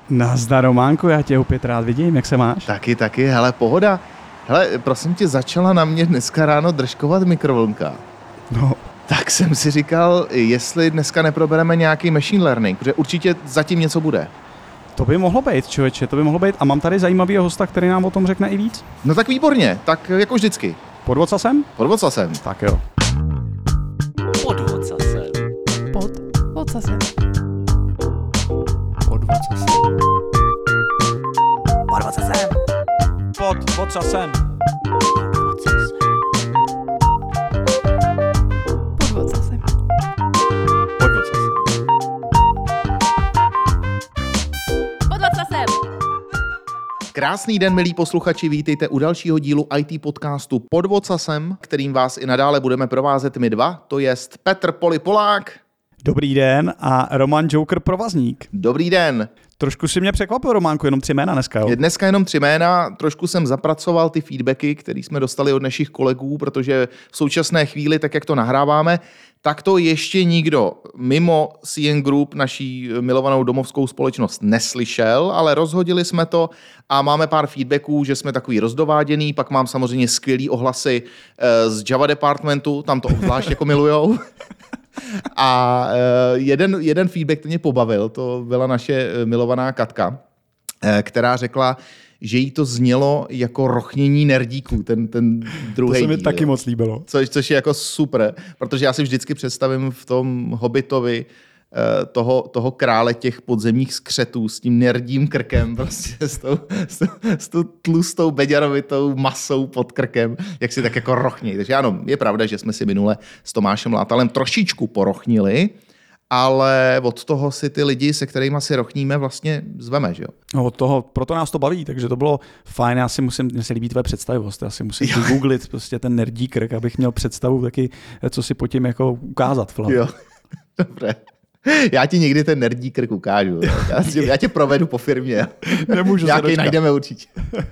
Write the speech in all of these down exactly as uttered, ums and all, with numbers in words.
Nazdar, Románku, já tě opět rád vidím, jak se máš? Taky, taky, hele, pohoda. Hele, prosím tě, začala na mě dneska ráno držkovat mikrovlnka. No. Tak jsem si říkal, jestli dneska neprobereme nějaký machine learning, protože určitě zatím něco bude. To by mohlo být, člověče, to by mohlo být. A mám tady zajímavýho hosta, který nám o tom řekne i víc. No tak výborně, tak jako vždycky. Pod vocasem? Pod vocasem. Tak jo. Pod vocasem. Pod vocasem. Pod vocasem. Pod vocasem. Pod vocasem. Pod vocasem. Pod vocasem. Pod vocasem. Krásný den, milí posluchači, vítejte u dalšího dílu í té podcastu Pod vocasem, kterým vás i nadále budeme provázet my dva, to jest Petr Poli Polák. Dobrý den a Roman Joker Provazník. Dobrý den. Trošku si mě překvapil, Románku, jenom tři jména dneska, jo? Je dneska jenom tři jména, trošku jsem zapracoval ty feedbacky, které jsme dostali od našich kolegů, protože v současné chvíli, tak jak to nahráváme, tak to ještě nikdo mimo C N Group, naší milovanou domovskou společnost, neslyšel, ale rozhodili jsme to a máme pár feedbacků, že jsme takový rozdováděný, pak mám samozřejmě skvělý ohlasy z Java departmentu, tam to obzvlášť jako milujou. A jeden, jeden feedback, který mě pobavil, to byla naše milovaná Katka, která řekla, že jí to znělo jako rochnění nerdíků, ten, ten druhý To se mi díl. taky moc líbilo. Což, což je jako super, protože já si vždycky představím v tom Hobbitovi toho, toho krále těch podzemních skřetů s tím nerdím krkem, prostě s tou, s tou, s tou tlustou beďarovitou masou pod krkem, jak si tak jako rochnějí. Takže ano, je pravda, že jsme si minule s Tomášem Látalem trošičku porochnili, ale od toho si ty lidi, se kterými si rochníme, vlastně zveme, že jo? No, od toho, proto nás to baví, takže to bylo fajn. Já si musím, mně se líbí tvoje představivost, já si musím googlit prostě ten nerdí krk, abych měl představu taky, co si po tím jako ukázat. Jo, dobré. Já ti někdy ten nerdí krk ukážu. Já, tě, já tě provedu po firmě. Nemůžu se Nějaký dočkat. najdeme určitě.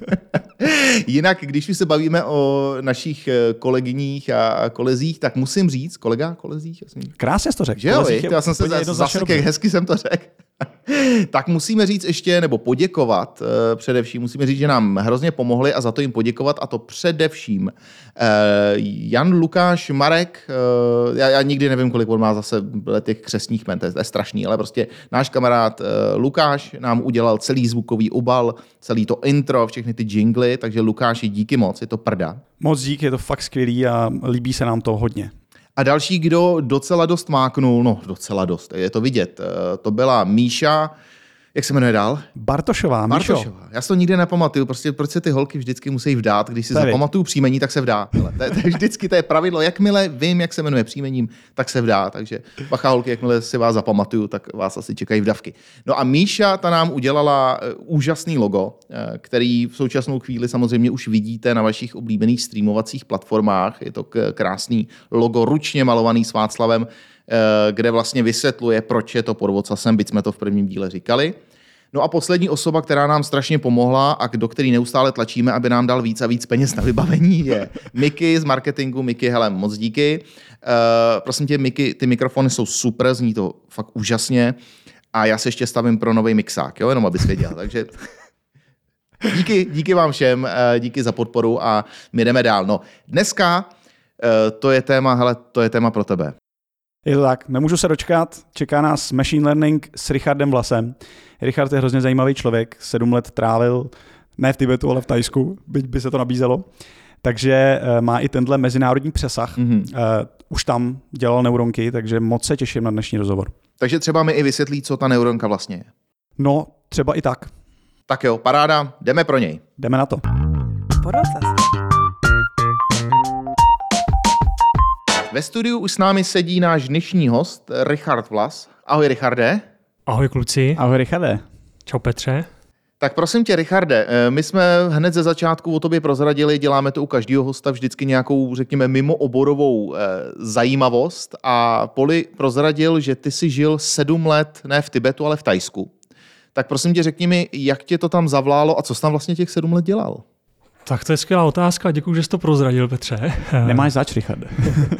Jinak, když už se bavíme o našich kolegyních a kolezích, tak musím říct, kolega, kolezích? Jasný. Krásně jsi to řekl. Že jo, já jsem se zase, zase jak hezky jsem to řekl. Tak musíme říct ještě, nebo poděkovat uh, především, musíme říct, že nám hrozně pomohli a za to jim poděkovat, a to především uh, Jan, Lukáš, Marek, uh, já, já nikdy nevím, kolik on má zase těch křestních jmen, to je, to je strašný, ale prostě náš kamarád uh, Lukáš nám udělal celý zvukový obal, celý to intro, všechny ty jingly, takže Lukáši, díky moc, je to prda. Moc dík, je to fakt skvělý a líbí se nám to hodně. A další, kdo docela dost máknul, no docela dost, je to vidět, to byla Míša, jak se jmenuje dál? Bartošová, Míšo. Bartošová. Já si to nikdy nepamatuju, prostě proč se ty holky vždycky musí vdát, když si Tady. zapamatuju příjmení, tak se vdá. Ale to, je, to je vždycky to je pravidlo, jakmile vím, jak se jmenuje příjmením, tak se vdá. Takže bacha holky, jakmile si vás zapamatuju, tak vás asi čekají vdavky. No a Míša, ta nám udělala úžasný logo, který v současnou chvíli samozřejmě už vidíte na vašich oblíbených streamovacích platformách. Je to krásný logo, ručně malovaný s Václavem, kde vlastně vysvětluje, proč je to pod vocasem, byť jsme to v prvním díle říkali. No a poslední osoba, která nám strašně pomohla a do který neustále tlačíme, aby nám dal víc a víc peněz na vybavení, je Miky z marketingu. Miky, hele, moc díky. Uh, prosím tě, Miky, ty mikrofony jsou super, zní to fakt úžasně a já se ještě stavím pro nový mixák, jo, jenom abys věděl. Takže díky, díky vám všem, uh, díky za podporu a my jdeme dál. No, dneska uh, to je téma, hele, to je téma pro tebe. Je to tak, nemůžu se dočkat, čeká nás machine learning s Richardem Vlasem. Richard je hrozně zajímavý člověk, sedm let trávil, ne v Tibetu, ale v Thajsku, byť by se to nabízelo. Takže uh, má i tenhle mezinárodní přesah. Mm-hmm. Uh, už tam dělal neuronky, takže moc se těším na dnešní rozhovor. Takže třeba mi i vysvětlí, co ta neuronka vlastně je. No, třeba i tak. Tak jo, paráda, jdeme pro něj. Jdeme na to. Pod vocasem. Ve studiu už s námi sedí náš dnešní host, Richard Vlas. Ahoj, Richarde. Ahoj kluci. Ahoj, Richarde. Čau Petře. Tak prosím tě, Richarde, my jsme hned ze začátku o tobě prozradili, děláme to u každého hosta vždycky nějakou, řekněme, mimooborovou eh, zajímavost a Poli prozradil, že ty jsi žil sedm let ne v Tibetu, ale v Thajsku. Tak prosím tě, řekni mi, jak tě to tam zavlálo a co jsi tam vlastně těch sedm let dělal? Tak to je skvělá otázka, děkuji, že jsi to prozradil, Petře. Nemáš zač, Richarde.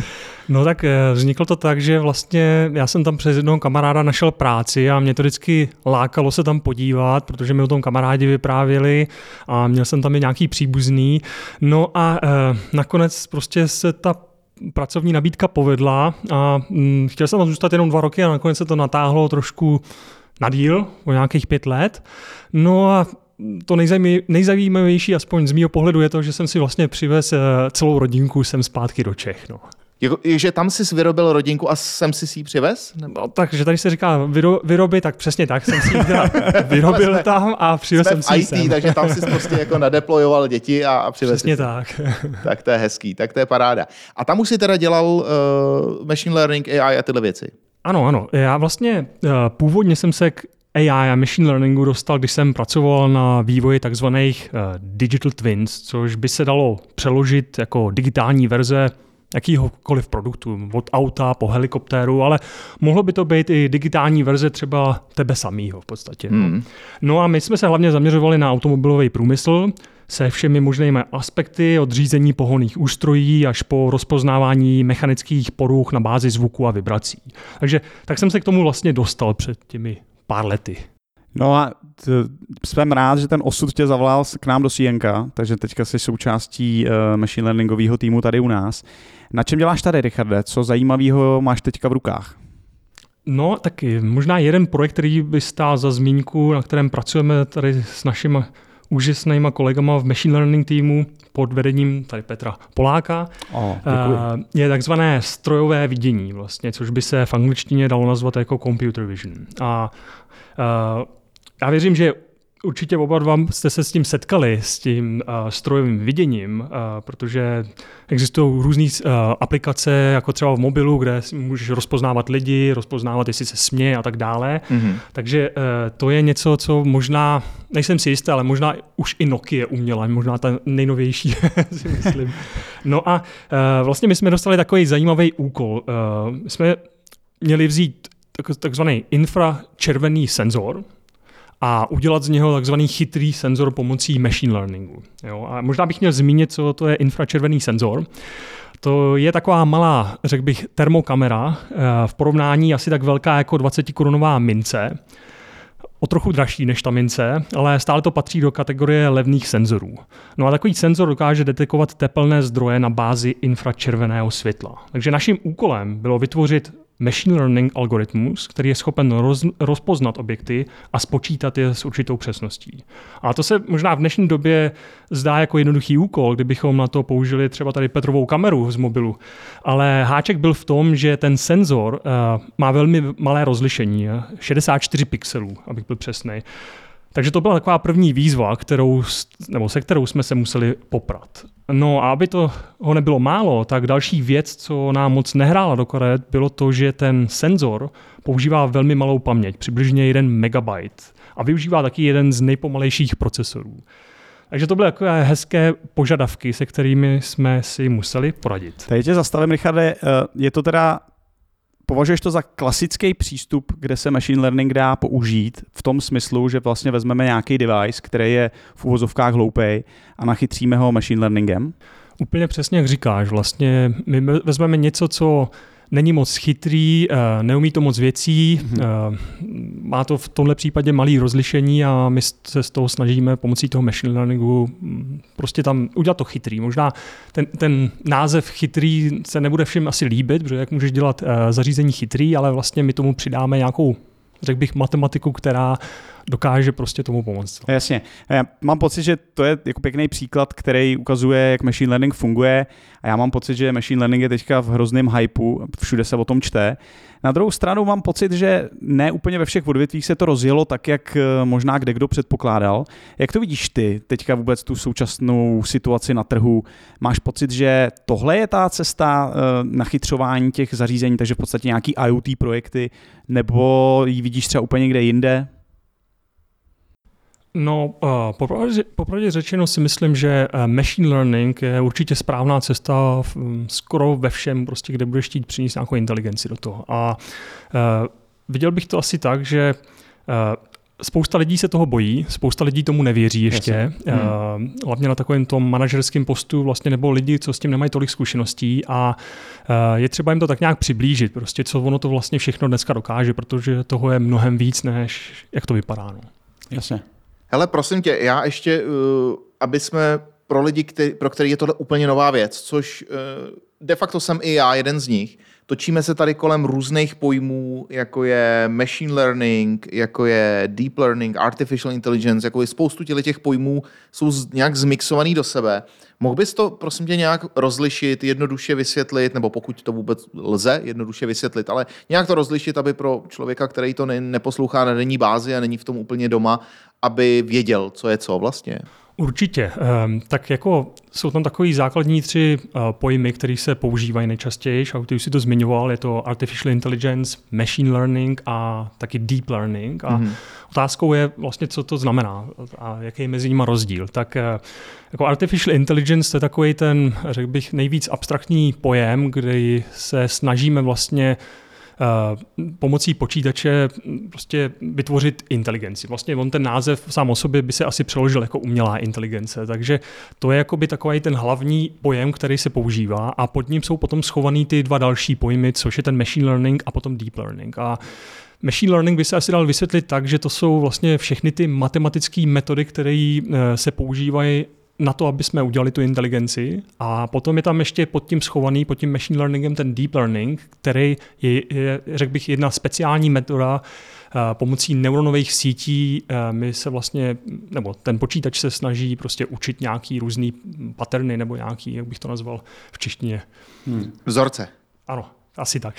No tak eh, vzniklo to tak, že vlastně já jsem tam přes jednoho kamaráda našel práci a mě to vždycky lákalo se tam podívat, protože mi o tom kamarádi vyprávěli a měl jsem tam i nějaký příbuzný. No a eh, nakonec prostě se ta pracovní nabídka povedla a hm, chtěl jsem tam zůstat jenom dva roky a nakonec se to natáhlo trošku na díl, o nějakých pět let. No a to nejzajímavější, aspoň z mýho pohledu, je to, že jsem si vlastně přivez celou rodinku sem zpátky do Čech. No. Jako, že tam jsi vyrobil rodinku a sem si si ji přivez? No, takže tady se říká vyro, vyrobit, tak přesně tak jsem si ji vyrobil jsme, tam a přivez jsem si ji sem. Takže tam jsi prostě jako nadeployoval děti a, a přivez přesně si. tak. Tak to je hezký, tak to je paráda. A tam už si teda dělal uh, machine learning, A I a tyhle věci? Ano, ano. Já vlastně uh, původně jsem se k A I a machine learningu dostal, když jsem pracoval na vývoji takzvaných uh, digital twins, což by se dalo přeložit jako digitální verze jakýhokoliv produktu, od auta po helikoptéru, ale mohlo by to být i digitální verze třeba tebe samýho v podstatě. Hmm. No a my jsme se hlavně zaměřovali na automobilový průmysl se všemi možnými aspekty, od řízení pohonných ústrojí až po rozpoznávání mechanických poruch na bázi zvuku a vibrací. Takže tak jsem se k tomu vlastně dostal před těmi pár lety. No a t- jsem rád, že ten osud tě zavolal k nám do C N K, takže teďka jsi součástí uh, machine learningového týmu tady u nás. Na čem děláš tady, Richarde? Co zajímavého máš teďka v rukách? No taky možná jeden projekt, který by stál za zmínku, na kterém pracujeme tady s našimi úžasnýma kolegama v machine learning týmu pod vedením tady Petra Poláka. Oh, uh, je takzvané strojové vidění, vlastně, což by se v angličtině dalo nazvat jako computer vision. A uh, já věřím, že určitě oba dva jste se s tím setkali, s tím uh, strojovým viděním, uh, protože existují různé uh, aplikace, jako třeba v mobilu, kde můžeš rozpoznávat lidi, rozpoznávat, jestli se směje a tak dále. Mm-hmm. Takže uh, to je něco, co možná, nejsem si jistý, ale možná už i Nokia uměla, možná ta nejnovější, si myslím. No a uh, vlastně my jsme dostali takový zajímavý úkol. Uh, my jsme měli vzít tak, takzvaný infračervený senzor, a udělat z něho takzvaný chytrý senzor pomocí machine learningu. Jo? A možná bych měl zmínit, co to je infračervený senzor. To je taková malá, řekl bych, termokamera, v porovnání asi tak velká jako dvacetikorunová mince, o trochu dražší než ta mince, ale stále to patří do kategorie levných senzorů. No a takový senzor dokáže detekovat tepelné zdroje na bázi infračerveného světla. Takže naším úkolem bylo vytvořit machine learning algoritmus, který je schopen roz, rozpoznat objekty a spočítat je s určitou přesností. A to se možná v dnešní době zdá jako jednoduchý úkol, kdybychom na to použili třeba tady Petrovou kameru z mobilu. Ale háček byl v tom, že ten senzor uh, má velmi malé rozlišení, šedesát čtyři pixelů, abych byl přesnej. Takže to byla taková první výzva, kterou, nebo se kterou jsme se museli poprat. No a aby to ho nebylo málo, tak další věc, co nám moc nehrála do karet, bylo to, že ten senzor používá velmi malou paměť, přibližně jeden megabyte, a využívá taky jeden z nejpomalejších procesorů. Takže to byly takové hezké požadavky, se kterými jsme si museli poradit. Tady tě zastavím, Richarde, je to teda... Považuješ to za klasický přístup, kde se machine learning dá použít v tom smyslu, že vlastně vezmeme nějaký device, který je v uvozovkách hloupej a nachytříme ho machine learningem? Úplně přesně, jak říkáš. Vlastně my vezmeme něco, co není moc chytrý, neumí to moc věcí, mm-hmm. má to v tomhle případě malý rozlišení a my se z toho snažíme pomocí toho machine learningu prostě tam udělat to chytrý. Možná ten, ten název chytrý se nebude všem asi líbit, protože jak můžeš dělat zařízení chytrý, ale vlastně my tomu přidáme nějakou, řekl bych, matematiku, která dokáže prostě tomu pomoct. Jasně. Já mám pocit, že to je jako pěkný příklad, který ukazuje, jak machine learning funguje, a já mám pocit, že machine learning je teďka v hrozném hypeu, všude se o tom čte. Na druhou stranu mám pocit, že ne úplně ve všech odvětvích se to rozjelo tak, jak možná kdekdo předpokládal. Jak to vidíš ty teďka vůbec tu současnou situaci na trhu? Máš pocit, že tohle je ta cesta nachytřování těch zařízení, takže v podstatě nějaký I O T projekty, nebo ji vidíš třeba úplně někde jinde? No, uh, popravdě, popravdě řečeno si myslím, že uh, machine learning je určitě správná cesta v, um, skoro ve všem, prostě, kde budeš chtít přinést nějakou inteligenci do toho. A uh, viděl bych to asi tak, že uh, spousta lidí se toho bojí, spousta lidí tomu nevěří ještě. Hmm. Hlavně na takovém tom manažerském postu vlastně nebo lidi, co s tím nemají tolik zkušeností a je třeba jim to tak nějak přiblížit, prostě co ono to vlastně všechno dneska dokáže, protože toho je mnohem víc, než jak to vypadá. No. Jasně. Hele, prosím tě, já ještě, uh, aby jsme pro lidi, který, pro který je tohle úplně nová věc, což uh, de facto jsem i já jeden z nich, točíme se tady kolem různých pojmů, jako je machine learning, jako je deep learning, artificial intelligence, jako je spoustu těch pojmů jsou nějak zmixovaný do sebe. Mohl bys to, prosím tě, nějak rozlišit, jednoduše vysvětlit, nebo pokud to vůbec lze jednoduše vysvětlit, ale nějak to rozlišit, aby pro člověka, který to ne, neposlouchá na denní bázi a není v tom úplně doma, aby věděl, co je co vlastně? Určitě. Tak jako jsou tam takový základní tři pojmy, které se používají nejčastěji, a ty už si to zmiňoval, je to artificial intelligence, machine learning a taky deep learning. A mm-hmm. otázkou je vlastně, co to znamená a jaký je mezi nimi rozdíl. Tak jako artificial intelligence to je takový ten, řekl bych, nejvíc abstraktní pojem, kdy se snažíme vlastně Uh, pomocí počítače prostě vytvořit inteligenci. Vlastně on ten název sám o sobě by se asi přeložil jako umělá inteligence, takže to je jakoby takový ten hlavní pojem, který se používá a pod ním jsou potom schovaný ty dva další pojmy, což je ten machine learning a potom deep learning. A machine learning by se asi dal vysvětlit tak, že to jsou vlastně všechny ty matematické metody, které uh, se používají na to, aby jsme udělali tu inteligenci. A potom je tam ještě pod tím schovaný, pod tím machine learningem ten deep learning, který je, je řekl bych, jedna speciální metoda. Pomocí neuronových sítí my se vlastně, nebo ten počítač se snaží prostě učit nějaký různý paterny nebo nějaký, jak bych to nazval v češtině. Hmm. Vzorce. Ano. Asi tak.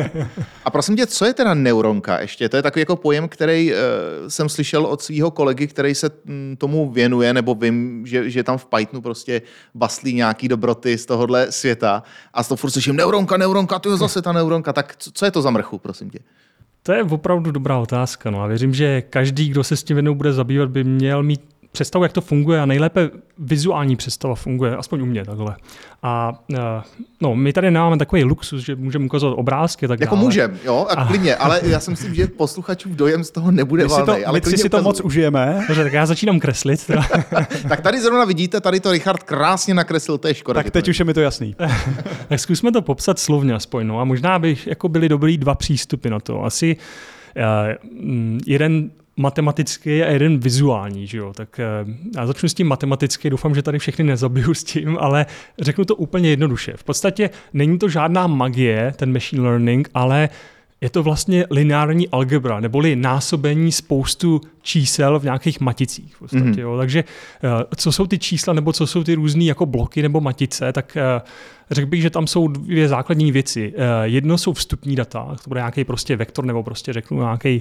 A prosím tě, co je teda neuronka ještě? To je takový jako pojem, který uh, jsem slyšel od svého kolegy, který se m, tomu věnuje, nebo vím, že, že tam v Pythonu prostě baslí nějaký dobroty z tohohle světa a z toho furt slyším neuronka, neuronka, to je zase ta neuronka. Tak co, co je to za mrchu, prosím tě? To je opravdu dobrá otázka. No a věřím, že každý, kdo se s tím jednou bude zabývat, by měl mít představu, jak to funguje a nejlépe vizuální představa funguje, aspoň u mě takhle. A no, my tady nemáme takový luxus, že můžeme ukazovat obrázky. Tak jako můžeme, jo, a klidně, ale já si myslím, že posluchačův dojem z toho nebude valnej. My si to moc užijeme. Dobře, tak já začínám kreslit. Tak tady zrovna vidíte, tady to Richard krásně nakreslil, to je škoda. Tak teď už je mi to jasný. Tak zkusme to popsat slovně aspoň, no, a možná by jako byly dobrý dva přístupy na to. Asi uh, jeden matematický a jeden vizuální, že jo? Tak já začnu s tím matematicky, doufám, že tady všechny nezabiju s tím, ale řeknu to úplně jednoduše. V podstatě není to žádná magie, ten machine learning, ale je to vlastně lineární algebra, neboli násobení spoustu čísel v nějakých maticích. V podstatě, mm-hmm. jo. Takže co jsou ty čísla, nebo co jsou ty různý jako bloky nebo matice, tak řekl bych, že tam jsou dvě základní věci. Jedno jsou vstupní data, to bude nějaký prostě vektor, nebo prostě řeknu nějaký,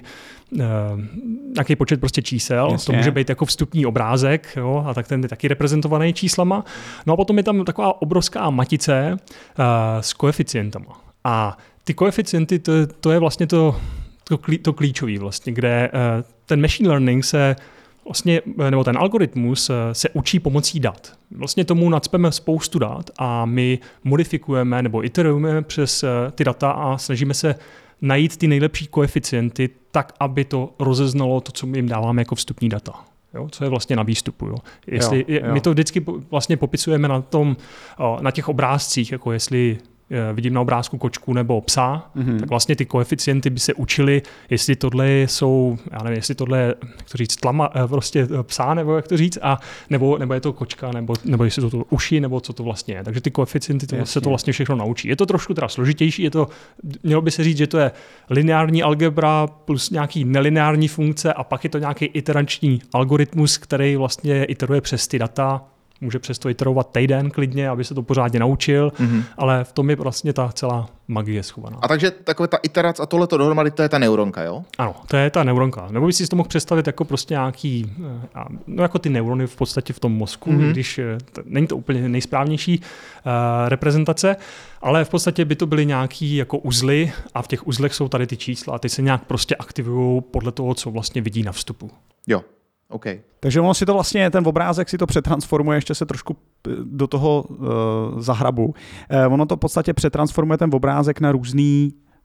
nějaký počet prostě čísel. Jasně. To může být jako vstupní obrázek, jo, a tak ten je taky reprezentovaný číslama. No a potom je tam taková obrovská matice s koeficientama. A ty koeficienty, to, to je vlastně to, to, klí, to klíčové vlastně, kde uh, ten machine learning se vlastně, nebo ten algoritmus uh, se učí pomocí dat. Vlastně tomu nacpeme spoustu dat a my modifikujeme nebo iterujeme přes uh, ty data a snažíme se najít ty nejlepší koeficienty tak, aby to rozeznalo to, co my jim dáváme jako vstupní data. Jo, co je vlastně na výstupu. Jo. Jestli, jo, jo. My to vždycky vlastně popisujeme na, tom, na těch obrázcích, jako jestli vidím na obrázku kočku nebo psa, mm-hmm. tak vlastně ty koeficienty by se učily, jestli tohle jsou, já nevím, jestli tohle je, jak to říct, tlama, prostě psa, nebo jak to říct, a nebo, nebo je to kočka, nebo, nebo jestli to, to uši, nebo co to vlastně je. Takže ty koeficienty to, se to vlastně všechno naučí. Je to trošku teda složitější, je to, mělo by se říct, že to je lineární algebra plus nějaký nelineární funkce a pak je to nějaký iterační algoritmus, který vlastně iteruje přes ty data. Může přesto iterovat týden klidně, aby se to pořádně naučil, mm-hmm. ale v tom je vlastně ta celá magie schovaná. A takže takové ta iterace a tohleto dohromady, to je ta neuronka, jo? Ano, to je ta neuronka. Nebo bys si to mohl představit jako prostě nějaký, no jako ty neurony v podstatě v tom mozku, mm-hmm. když to, není to úplně nejsprávnější uh, reprezentace, ale v podstatě by to byly nějaký jako uzly a v těch uzlech jsou tady ty čísla a ty se nějak prostě aktivují podle toho, co vlastně vidí na vstupu. Jo. Okay. Takže ono si to vlastně, ten obrázek si to přetransformuje, ještě se trošku do toho uh, zahrabu. Uh, ono to v podstatě přetransformuje ten obrázek na různý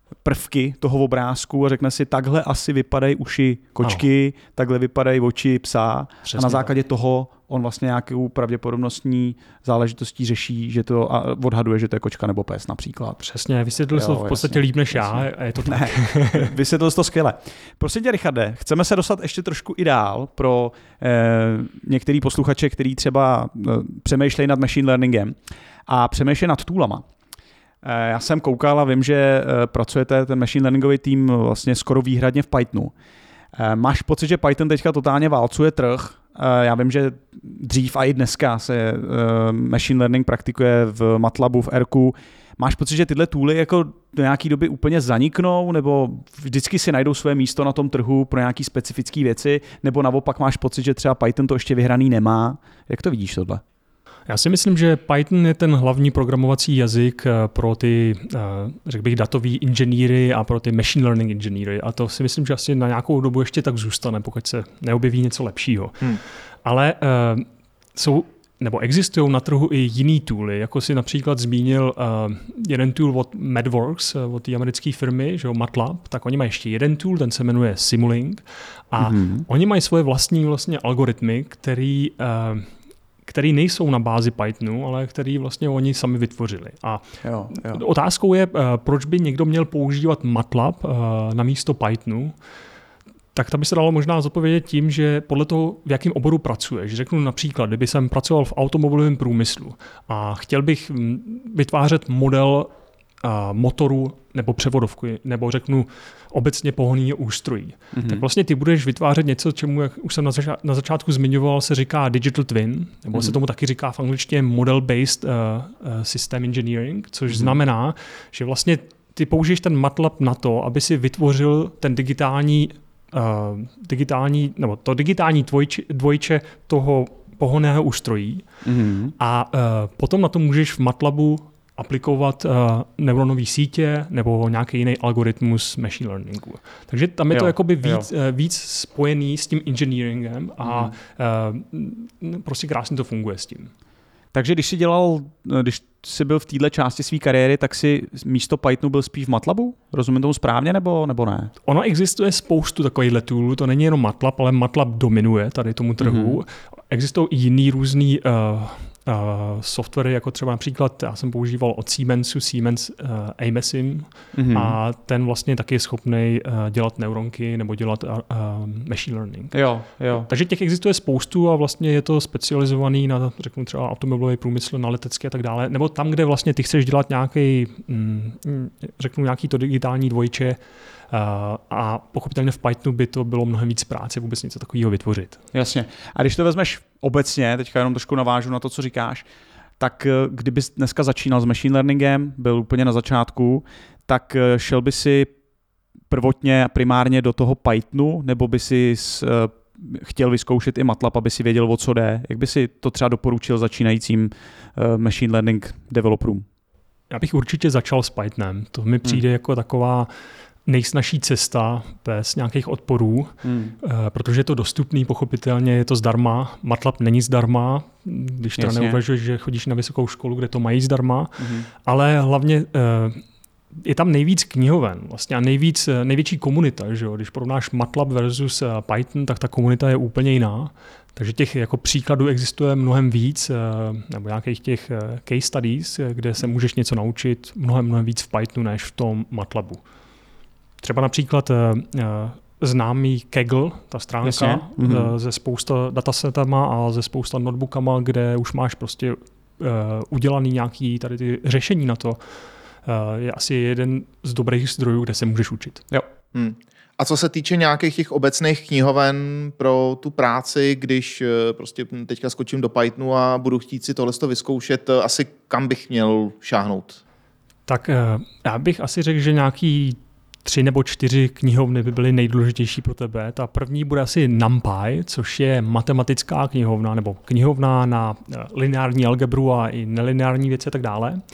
prvky toho obrázku a řekne si, takhle asi vypadají uši kočky, ano. takhle vypadají oči psa. Přesně a na základě tak. toho on vlastně nějakou pravděpodobnostní záležitostí řeší, že to a odhaduje, že to je kočka nebo pes například. Přesně, vysvětlil jsi to v podstatě líp než já a je to tak. Ne, vysvětlil jsi to skvěle. Prosím tě, Richarde, chceme se dostat ještě trošku i dál pro eh, některý posluchače, který třeba eh, přemýšlejí nad machine learningem a přemýšlejí nad toolama. Eh, já jsem koukal a vím, že eh, pracujete ten machine learningový tým vlastně skoro výhradně v Pythonu. Eh, máš pocit, že Python teďka totálně válcuje trh? Já vím, že dřív a i dneska se uh, machine learning praktikuje v MATLABu, v Rku. Máš pocit, že tyhle tooly jako do nějaké doby úplně zaniknou, nebo vždycky si najdou své místo na tom trhu pro nějaké specifické věci, nebo naopak máš pocit, že třeba Python to ještě vyhraný nemá? Jak to vidíš tohle? Já si myslím, že Python je ten hlavní programovací jazyk pro ty, řekl bych, datový inženýry a pro ty machine learning inženýry. A to si myslím, že asi na nějakou dobu ještě tak zůstane, pokud se neobjeví něco lepšího. Hmm. Ale uh, jsou, nebo existují na trhu i jiný tooly, jako si například zmínil uh, jeden tool od MathWorks, uh, od té americké firmy, že jo, MATLAB, tak oni mají ještě jeden tool, ten se jmenuje Simulink. A hmm. oni mají svoje vlastní vlastně algoritmy, který uh, který nejsou na bázi Pythonu, ale který vlastně oni sami vytvořili. A jo, jo. otázkou je, proč by někdo měl používat MATLAB na místo Pythonu, tak to by se dalo možná zodpovědět tím, že podle toho, v jakém oboru pracuješ. Řeknu například, kdyby jsem pracoval v automobilovém průmyslu a chtěl bych vytvářet model motoru nebo převodovku, nebo řeknu obecně pohonný ústrojí. Mm-hmm. Tak vlastně ty budeš vytvářet něco, čemu, jak už jsem na, zača- na začátku zmiňoval, se říká digital twin, nebo mm-hmm. se tomu taky říká v angličtině model-based uh, uh, system engineering, což mm-hmm. znamená, že vlastně ty použiješ ten MATLAB na to, aby si vytvořil ten digitální, uh, digitální nebo to digitální dvojče, dvojče toho pohonného ústrojí mm-hmm. a uh, potom na to můžeš v MATLABu aplikovat uh, neuronové sítě nebo nějaký jiný algoritmus machine learningu. Takže tam je jo, to jakoby víc, uh, víc spojený s tím engineeringem a mm. uh, prostě krásně to funguje s tím. Takže když jsi dělal, když jsi byl v této části své kariéry, tak si místo Pythonu byl spíš v MATLABu? Rozumím tomu správně, nebo, nebo ne? Ono existuje spoustu takovýchhle toolů, to není jenom MATLAB, ale MATLAB dominuje tady tomu trhu. Mm-hmm. Existují i jiný různý uh, Uh, softwary, jako třeba například, já jsem používal od Siemensu, Siemens uh, Amesim mm-hmm. a ten vlastně taky je schopný uh, dělat neuronky nebo dělat uh, uh, machine learning. Jo, jo. Takže těch existuje spoustu a vlastně je to specializovaný na, řeknu třeba automobilový průmysl, na letecký a tak dále, nebo tam, kde vlastně ty chceš dělat nějaký, mm, řeknu nějaký to digitální dvojče, Uh, a pochopitelně v Pythonu by to bylo mnohem víc práce vůbec něco takového vytvořit. Jasně. A když to vezmeš obecně, teďka jenom trošku navážu na to, co říkáš, tak kdybys dneska začínal s machine learningem, byl úplně na začátku, tak šel by si prvotně primárně do toho Pythonu, nebo by si s, uh, chtěl vyzkoušet i MATLAB, aby si věděl, o co jde? Jak by si to třeba doporučil začínajícím uh, machine learning developerům? Já bych určitě začal s Pythonem. To mi přijde hmm. jako taková nejsnažší cesta bez nějakých odporů, hmm. uh, protože je to dostupný, pochopitelně je to zdarma. MATLAB není zdarma, když teda neuvažuješ, že chodíš na vysokou školu, kde to mají zdarma, hmm. ale hlavně uh, je tam nejvíc knihoven vlastně a nejvíc, největší komunita. Že jo? Když porovnáš MATLAB versus Python, tak ta komunita je úplně jiná. Takže těch jako příkladů existuje mnohem víc, nebo nějakých těch case studies, kde se můžeš něco naučit mnohem, mnohem víc v Pythonu než v tom MATLABu. Třeba například uh, známý Kaggle, ta stránka Jasně. uh, ze spousta datasetama a ze spousta notebookama, kde už máš prostě uh, udělaný nějaký tady ty řešení na to, uh, je asi jeden z dobrých zdrojů, kde se můžeš učit. Jo. Hmm. A co se týče nějakých těch obecných knihoven pro tu práci, když prostě teďka skočím do Pythonu a budu chtít si tohle vyzkoušet, asi kam bych měl šáhnout? Tak uh, já bych asi řekl, že nějaký tři nebo čtyři knihovny by byly nejdůležitější pro tebe. Ta první bude asi NumPy, což je matematická knihovna, nebo knihovna na lineární algebru a i nelineární věci a tak dále.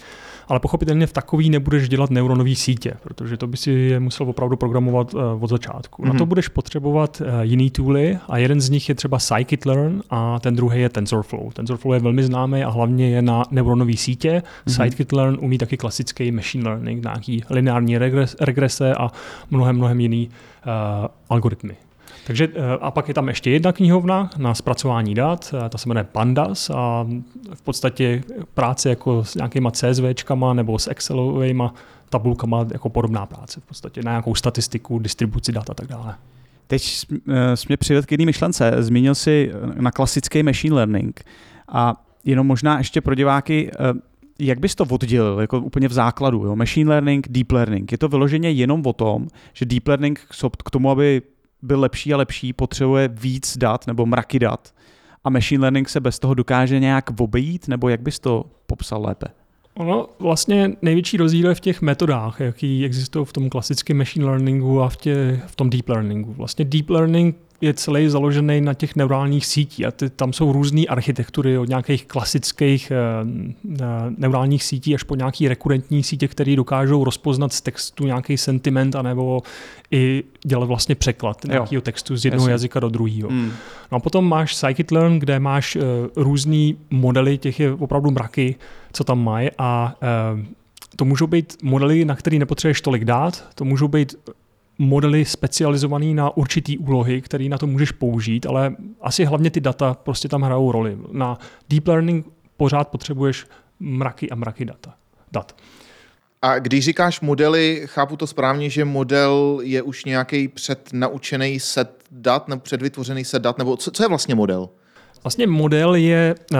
ale pochopitelně v takový nebudeš dělat neuronové sítě, protože to by si je musel opravdu programovat uh, od začátku. Mm-hmm. Na to budeš potřebovat uh, jiný tooly a jeden z nich je třeba scikit-learn a ten druhý je TensorFlow. TensorFlow je velmi známý a hlavně je na neuronové sítě. Mm-hmm. Scikit-learn umí taky klasický machine learning, nějaký lineární regres, regrese a mnohem, mnohem jiný uh, algoritmy. Takže a pak je tam ještě jedna knihovna na zpracování dat, ta se jmenuje Pandas a v podstatě práce jako s nějakýma CSVčkama nebo s Excelovými tabulkama jako podobná práce v podstatě na nějakou statistiku, distribuci dat a tak dále. Teď jsi mě přivedl k jedné myšlence, zmínil jsi na klasický machine learning a jenom možná ještě pro diváky, jak bys to oddělil, jako úplně v základu, jo? Machine learning, deep learning, je to vyloženě jenom o tom, že deep learning k tomu, aby byl lepší a lepší, potřebuje víc dat nebo mraky dat a machine learning se bez toho dokáže nějak obejít, nebo jak bys to popsal lépe? Ono vlastně největší rozdíl je v těch metodách, jaký existují v tom klasickém machine learningu a v, tě, v tom deep learningu. Vlastně deep learning je celý založený na těch neurálních sítích a ty, tam jsou různé architektury od nějakých klasických uh, neurálních sítí až po nějaký rekurentní sítě, které dokážou rozpoznat z textu nějaký sentiment anebo i dělat vlastně překlad nějakého textu z jednoho Jasně. jazyka do druhého. Mm. No a potom máš scikit-learn, kde máš uh, různý modely, těch je opravdu mraky, co tam mají a uh, to můžou být modely, na který nepotřebuješ tolik dát, to můžou být modely specializované na určitý úlohy, které na to můžeš použít, ale asi hlavně ty data prostě tam hrajou roli. Na deep learning pořád potřebuješ mraky a mraky data, dat. A když říkáš modely, chápu to správně, že model je už nějaký přednaučený set dat nebo předvytvořený set dat, nebo co, co je vlastně model? Vlastně model je... Uh,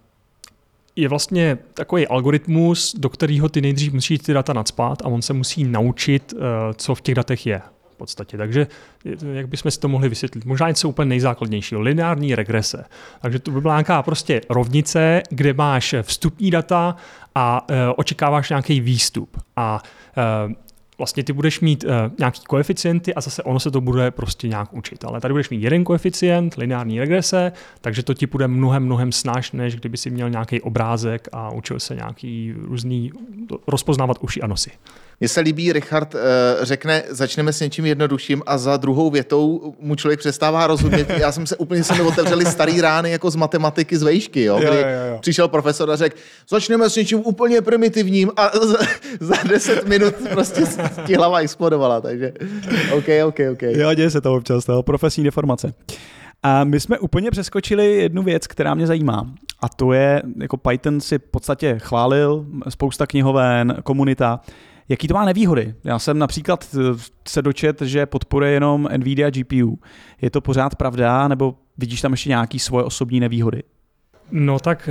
je vlastně takový algoritmus, do kterého ty nejdřív musíš ty data nacpat a on se musí naučit, co v těch datech je v podstatě. Takže jak bychom si to mohli vysvětlit? Možná něco úplně nejzákladnějšího. Lineární regrese. Takže to by byla nějaká prostě rovnice, kde máš vstupní data a očekáváš nějaký výstup. A vlastně ty budeš mít uh, nějaký koeficienty a zase ono se to bude prostě nějak učit. Ale tady budeš mít jeden koeficient, lineární regrese, takže to ti bude mnohem, mnohem snáž, než kdyby si měl nějaký obrázek a učil se nějaký různý rozpoznávat uši a nosy. Mně se líbí, Richard uh, řekne, začneme s něčím jednodušším a za druhou větou mu člověk přestává rozumět. Já jsem se úplně se mi otevřeli starý rány jako z matematiky z vejšky, jo, kdy jo, jo, jo. přišel profesor a řekl, začneme s něčím úplně primitivním a za, za deset minut prostě ti hlava explodovala, takže OK, OK, OK. Jo, děje se to občas, to profesní deformace. A my jsme úplně přeskočili jednu věc, která mě zajímá. A to je, jako Python si v podstatě chválil, spousta knihoven, komunita. Jaký to má nevýhody? Já jsem například se dočet, že podporuje jenom NVIDIA G P U. Je to pořád pravda, nebo vidíš tam ještě nějaké svoje osobní nevýhody? No tak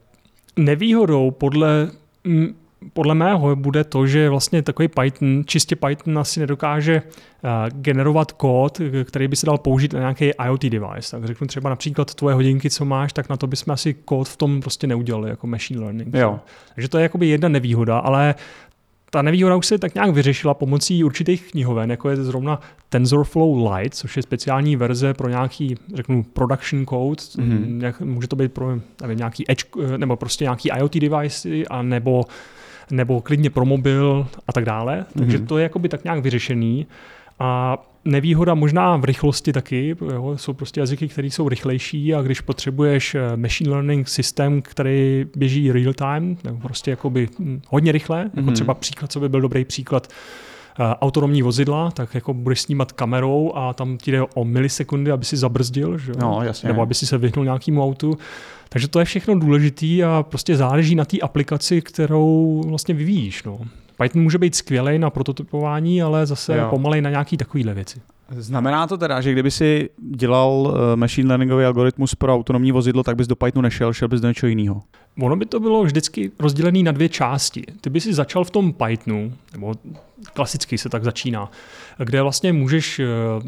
nevýhodou podle, podle mého bude to, že vlastně takový Python, čistě Python asi nedokáže generovat kód, který by se dal použít na nějaký IoT device. Tak řeknu třeba například tvoje hodinky, co máš, tak na to bychom asi kód v tom prostě neudělali, jako machine learning. Jo. Takže to je jakoby jedna nevýhoda, ale ta nevýhoda už se tak nějak vyřešila pomocí určitých knihoven, jako je zrovna TensorFlow Lite, což je speciální verze pro nějaký, řeknu, production code, mm-hmm. jak, může to být pro nevím, nějaký edge, nebo prostě nějaký IoT device, a nebo, nebo klidně pro mobil a tak dále. Mm-hmm. Takže to je jakoby tak nějak vyřešený. A nevýhoda možná v rychlosti taky, jo, jsou prostě jazyky, které jsou rychlejší a když potřebuješ machine learning systém, který běží real time, nebo prostě jakoby hodně rychle, mm-hmm. jako třeba příklad, co by byl dobrý příklad, uh, autonomní vozidla, tak jako budeš snímat kamerou a tam ti jde o milisekundy, aby si zabrzdil, že? No, jasně. Nebo aby si se vyhnul nějakému autu. Takže to je všechno důležitý a prostě záleží na té aplikaci, kterou vlastně vyvíjíš. No. Python může být skvělej na prototypování, ale zase jo. pomalej na nějaký takovýhle věci. Znamená to teda, že kdyby si dělal machine learningový algoritmus pro autonomní vozidlo, tak bys do Pythonu nešel, šel bys do něčeho jiného? Ono by to bylo vždycky rozdělené na dvě části. Ty by si začal v tom Pythonu, nebo klasicky se tak začíná, kde vlastně můžeš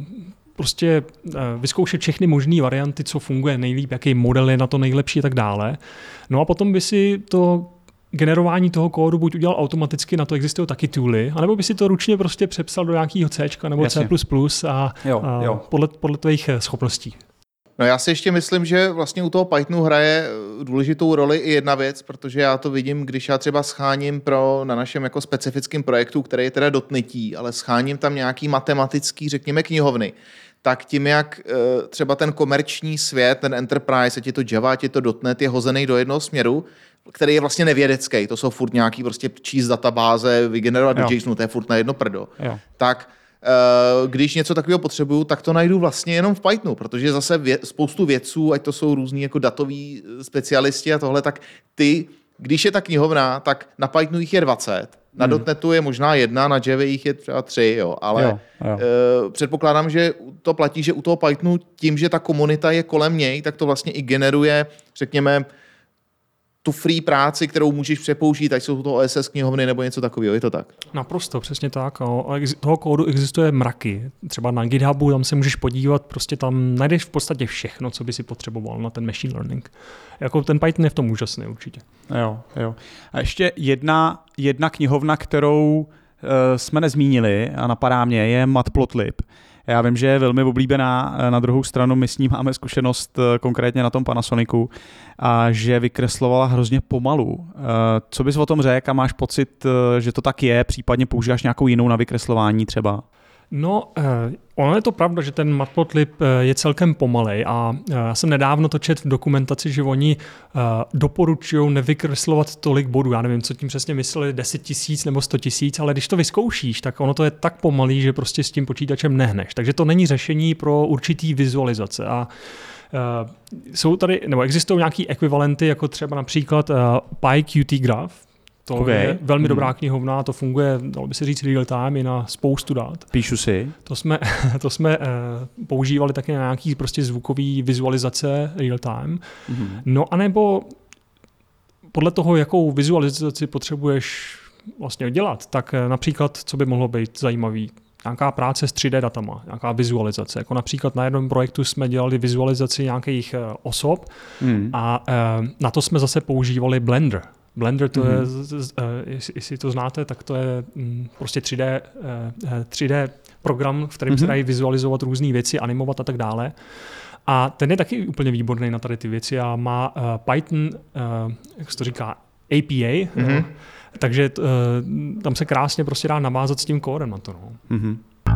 prostě vyzkoušet všechny možné varianty, co funguje nejlíp, jaký model je na to nejlepší a tak dále. No a potom by si to generování toho kódu buď udělal automaticky, na to existují taky tooly, anebo by si to ručně prostě přepsal do nějakého C nebo Jasně. C plus plus a, jo, a jo. Podle, podle tvých schopností. No já si ještě myslím, že vlastně u toho Pythonu hraje důležitou roli i jedna věc, protože já to vidím, když já třeba scháním pro, na našem jako specifickém projektu, který je teda dotnetí, ale scháním tam nějaký matematický, řekněme, knihovny, tak tím, jak třeba ten komerční svět, ten enterprise, ať je to Java, ať je to .NET, je hozený do jednoho směru, který je vlastně nevědecký, to jsou furt nějaký prostě číst databáze, vygenerovat do JSONu, to je furt na jedno prdo. Jo. Tak když něco takového potřebuju, tak to najdu vlastně jenom v Pythonu, protože zase vě, spoustu vědců, ať to jsou různí jako datoví specialisti a tohle, tak ty, když je ta knihovna, tak na Pythonu jich je dvacet, na hmm. .NETu je možná jedna, na Java jich je třeba tři, jo, ale jo, jo. Uh, předpokládám, že to platí, že u toho Pythonu tím, že ta komunita je kolem něj, tak to vlastně i generuje, řekněme, tu free práci, kterou můžeš přepoužít, ať jsou to O S S knihovny nebo něco takového, je to tak? Naprosto, přesně tak. Toho kódu existuje mraky. Třeba na GitHubu, tam se můžeš podívat, prostě tam najdeš v podstatě všechno, co by si potřeboval na ten machine learning. Jako ten Python je v tom úžasný určitě. Jo, jo. A ještě jedna, jedna knihovna, kterou uh, jsme nezmínili a napadá mě, je Matplotlib. Já vím, že je velmi oblíbená, na druhou stranu my s ní máme zkušenost konkrétně na tom Panasonicu a že vykreslovala hrozně pomalu. Co bys o tom řekl a máš pocit, že to tak je, případně používáš nějakou jinou na vykreslování třeba? No, eh, ono je to pravda, že ten Matplotlib je celkem pomalej a já jsem nedávno to četl v dokumentaci, že oni eh, doporučují nevykreslovat tolik bodů. Já nevím, co tím přesně mysleli, deset tisíc nebo sto tisíc, ale když to vyzkoušíš, tak ono to je tak pomalý, že prostě s tím počítačem nehneš. Takže to není řešení pro určitý vizualizace a Uh, jsou tady, nebo existují nějaký ekvivalenty, jako třeba například uh, PyQt Graph. To okay. je velmi dobrá hmm. knihovna, to funguje, dalo by se říct, real time i na spoustu dát. Píšu si. To jsme, to jsme uh, používali taky na nějaký prostě zvukový vizualizace real time. Hmm. No anebo podle toho, jakou vizualizaci potřebuješ vlastně udělat, tak uh, například, co by mohlo být zajímavý, nějaká práce s tři dé datama, nějaká vizualizace. Jako například na jednom projektu jsme dělali vizualizaci nějakých uh, osob hmm. a uh, na to jsme zase používali Blender. Blender to mm-hmm. je, z, z, jestli, jestli to znáte, tak to je mm, prostě tři dé, tři dé program, v kterém mm-hmm. se dají vizualizovat různé věci, animovat a tak dále. A ten je taky úplně výborný na tady ty věci a má uh, Python, uh, jak se to říká, A P I, mm-hmm. no? Takže uh, tam se krásně prostě dá navázat s tím kódem na to. No. Mm-hmm.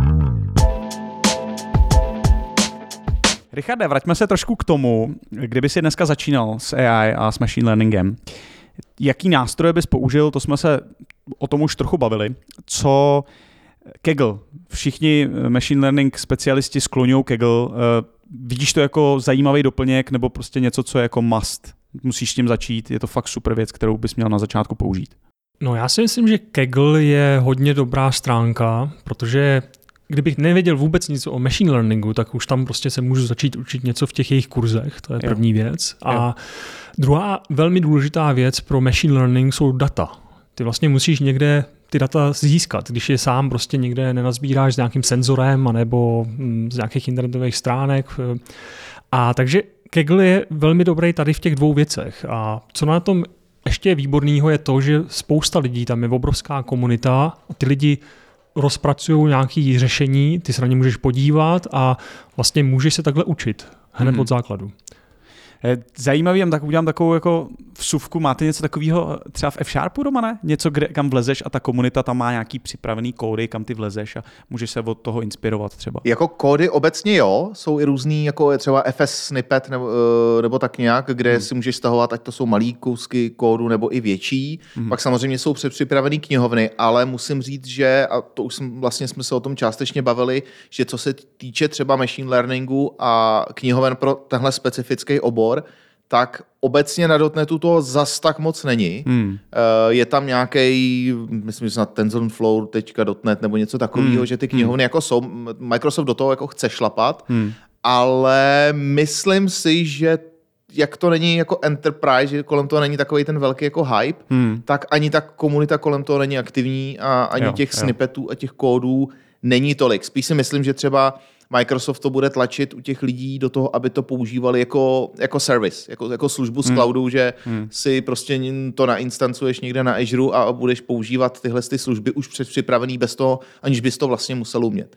Richarde, vraťme se trošku k tomu, kdyby si dneska začínal s A I a s machine learningem. Jaký nástroje bys použil, to jsme se o tom už trochu bavili. Co Kaggle? Všichni machine learning specialisti skloňují Kaggle. Vidíš to jako zajímavý doplněk nebo prostě něco, co je jako must? Musíš s tím začít, je to fakt super věc, kterou bys měl na začátku použít. No já si myslím, že Kaggle je hodně dobrá stránka, protože kdybych nevěděl vůbec nic o machine learningu, tak už tam prostě se můžu začít učit něco v těch jejich kurzech, to je jo. první věc. A jo. druhá velmi důležitá věc pro machine learning jsou data. Ty vlastně musíš někde ty data získat, když je sám prostě někde nenazbíráš s nějakým senzorem anebo z nějakých internetových stránek. A takže Kaggle je velmi dobrý tady v těch dvou věcech. A co na tom ještě výborného je to, že spousta lidí, tam je obrovská komunita a ty lidi rozpracují nějaké řešení, ty se na ně můžeš podívat a vlastně můžeš se takhle učit hned hmm. od základu. Zajímavý, jen tak udělám takovou jako vsuvku. Máte něco takového třeba v F-Sharpu doma, ne? Něco, kde, kam vlezeš a ta komunita tam má nějaký připravený kódy, kam ty vlezeš a můžeš se od toho inspirovat třeba. Jako kódy obecně jo, jsou i různý, jako je třeba F S snippet nebo, nebo tak nějak, kde hmm. si můžeš stahovat, ať to jsou malý kousky kódu nebo i větší. Hmm. Pak samozřejmě jsou předpřipravený knihovny, ale musím říct, že, a to už jsme, vlastně jsme se o tom částečně bavili, že co se týče třeba machine learningu a knihoven pro tenhle specifický obor, tak obecně na dotnetu toho zas tak moc není. Hmm. Je tam nějaký, myslím, že snad TensorFlow tečka net nebo něco takového, hmm. že ty knihovny hmm. jako jsou, Microsoft do toho jako chce šlapat, hmm. ale myslím si, že jak to není jako enterprise, že kolem toho není takový ten velký jako hype, hmm. tak ani ta komunita kolem toho není aktivní a ani jo, těch jo. snippetů a těch kódů není tolik. Spíš si myslím, že třeba Microsoft to bude tlačit u těch lidí do toho, aby to používali jako, jako service, jako, jako službu z cloudu, hmm. že hmm. si prostě to nainstancuješ někde na Azure a budeš používat tyhle ty služby už předpřipravený bez toho, aniž bys to vlastně musel umět.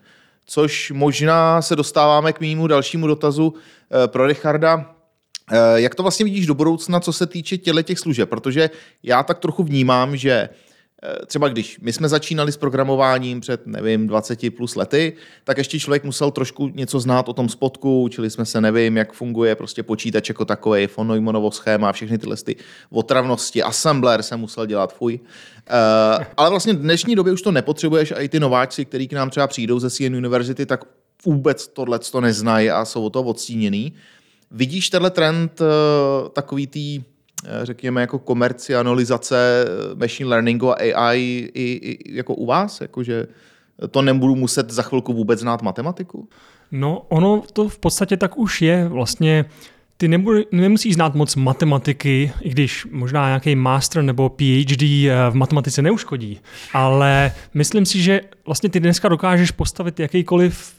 což možná se dostáváme k mému dalšímu dotazu pro Richarda. Jak to vlastně vidíš do budoucna, co se týče těch služeb? Protože já tak trochu vnímám, že třeba když my jsme začínali s programováním před, nevím, dvaceti plus lety, tak ještě člověk musel trošku něco znát o tom spodku, učili jsme se, nevím, jak funguje prostě počítač jako takový, von Neumannovo schéma, všechny tyhle ty otravnosti, assembler jsem musel dělat, fuj. Uh, ale vlastně v dnešní době už to nepotřebuješ a i ty nováčci, kteří k nám třeba přijdou ze C N University, tak vůbec tohle to neznají a jsou o to odstíněný. Vidíš tenhle trend uh, takový tý řekněme, jako komercializace machine learningu a A I i, i jako u vás? Jakože to nebudu muset za chvilku vůbec znát matematiku? No, ono to v podstatě tak už je. Vlastně ty nebude, nemusíš znát moc matematiky, i když možná nějaký master nebo P H D v matematice neuškodí. Ale myslím si, že vlastně ty dneska dokážeš postavit jakýkoliv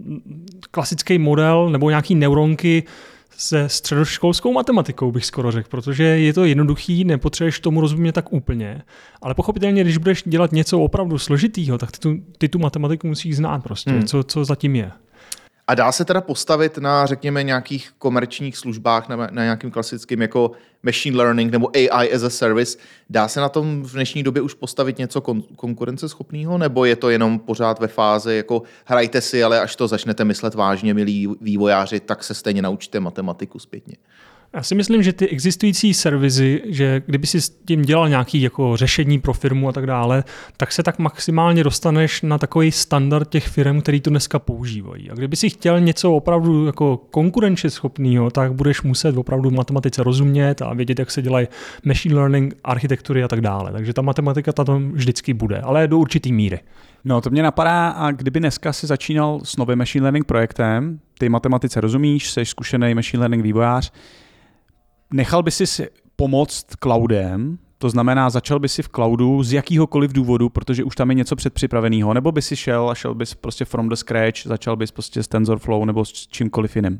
klasický model nebo nějaký neuronky se středoškolskou matematikou, bych skoro řekl, protože je to jednoduchý, nepotřebuješ tomu rozumět tak úplně, ale pochopitelně, když budeš dělat něco opravdu složitýho, tak ty tu, ty tu matematiku musíš znát prostě, hmm. co, co zatím je. A dá se teda postavit na, řekněme, nějakých komerčních službách, na, na nějakým klasickým jako machine learning nebo A I as a service, dá se na tom v dnešní době už postavit něco kon- konkurenceschopného, nebo je to jenom pořád ve fázi, jako hrajte si, ale až to začnete myslet vážně, milí vývojáři, tak se stejně naučíte matematiku zpětně? Já si myslím, že ty existující servisy, že kdyby si s tím dělal nějaké jako řešení pro firmu a tak dále, tak se tak maximálně dostaneš na takový standard těch firm, který to dneska používají. A kdyby si chtěl něco opravdu jako konkurenceschopného, tak budeš muset opravdu matematice rozumět a vědět, jak se dělají machine learning, architektury a tak dále. Takže ta matematika tam vždycky bude, ale do určitý míry. No, to mě napadá, a kdyby dneska si začínal s novým machine learning projektem, ty matematice rozumíš, jsi zkušený machine learning vývojář, nechal by si pomoct cloudem, to znamená, začal by si v cloudu z jakýhokoliv důvodu, protože už tam je něco předpřipraveného, nebo by si šel a šel bys prostě from the scratch, začal bys prostě s TensorFlow nebo s čímkoliv jiným?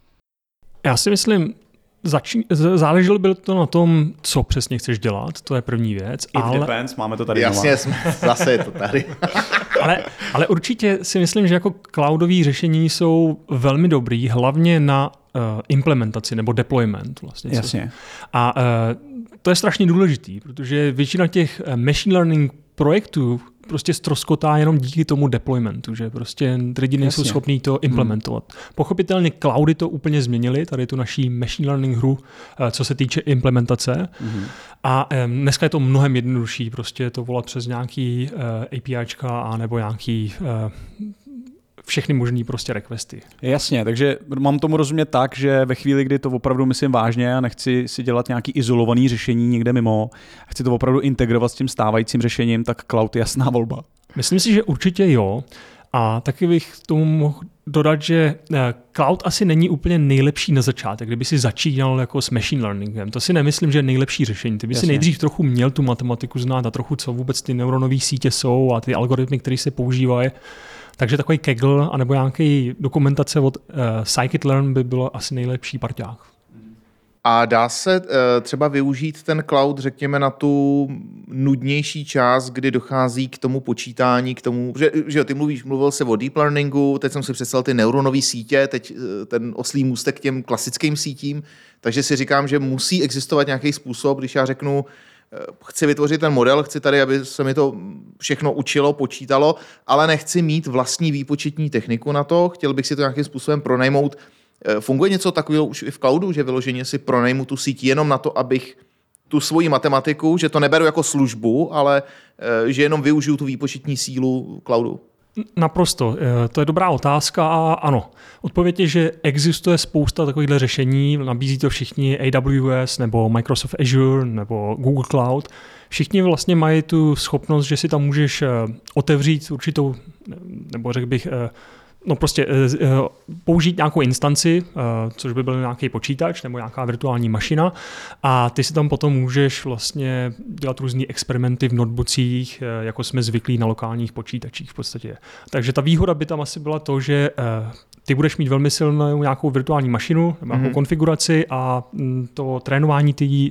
Já si myslím, Začí, záleželo by to na tom, co přesně chceš dělat, to je první věc. It ale... depends, máme to tady. Jasně, jsme, zase je to tady. ale, ale určitě si myslím, že jako cloudové řešení jsou velmi dobrý, hlavně na uh, implementaci nebo deployment. Vlastně, Jasně. A uh, to je strašně důležitý, protože většina těch machine learning projektů prostě ztroskotá jenom díky tomu deploymentu, že prostě lidi nejsou Jasně. schopní to implementovat. Hmm. Pochopitelně cloudy to úplně změnili, tady tu naší machine learning hru, co se týče implementace. Hmm. A um, dneska je to mnohem jednodušší, prostě to volat přes nějaký uh, APIčka a nebo nějaký uh, všechny možný prostě requesty. Jasně, takže mám tomu rozumět tak, že ve chvíli, kdy to opravdu myslím vážně a nechci si dělat nějaký izolovaný řešení někde mimo, a chci to opravdu integrovat s tím stávajícím řešením, tak cloud je jasná volba. Myslím si, že určitě jo. A taky bych tomu mohl dodat, že cloud asi není úplně nejlepší na začátek, kdyby si začínal jako s machine learningem. To si nemyslím, že je nejlepší řešení. Ty by si nejdřív trochu měl tu matematiku znát a trochu, co vůbec ty neuronové sítě jsou a ty algoritmy, které se používají. Takže takový Kaggle anebo nějaký dokumentace od uh, scikit-learn by bylo asi nejlepší parťák. A dá se uh, třeba využít ten cloud, řekněme, na tu nudnější část, kdy dochází k tomu počítání, k tomu, že, že ty mluvíš, mluvil se o deep learningu, teď jsem si představil ty neuronové sítě, teď uh, ten oslý můstek k těm klasickým sítím, takže si říkám, že musí existovat nějaký způsob, když já řeknu, chci vytvořit ten model, chci tady, aby se mi to všechno učilo, počítalo, ale nechci mít vlastní výpočetní techniku na to, chtěl bych si to nějakým způsobem pronajmout. Funguje něco takového už i v cloudu, že vyloženě si pronajmu tu síť jenom na to, abych tu svoji matematiku, že to neberu jako službu, ale že jenom využiju tu výpočetní sílu cloudu? Naprosto. To je dobrá otázka a ano. Odpověď je, že existuje spousta takovýchhle řešení, nabízí to všichni A W S nebo Microsoft Azure nebo Google Cloud. Všichni vlastně mají tu schopnost, že si tam můžeš otevřít určitou, nebo řekl bych, no prostě použít nějakou instanci, což by byl nějaký počítač nebo nějaká virtuální mašina a ty si tam potom můžeš vlastně dělat různý experimenty v notebookích, jako jsme zvyklí na lokálních počítačích v podstatě. Takže ta výhoda by tam asi byla to, že ty budeš mít velmi silnou nějakou virtuální mašinu nebo nějakou mm-hmm. konfiguraci a to trénování ty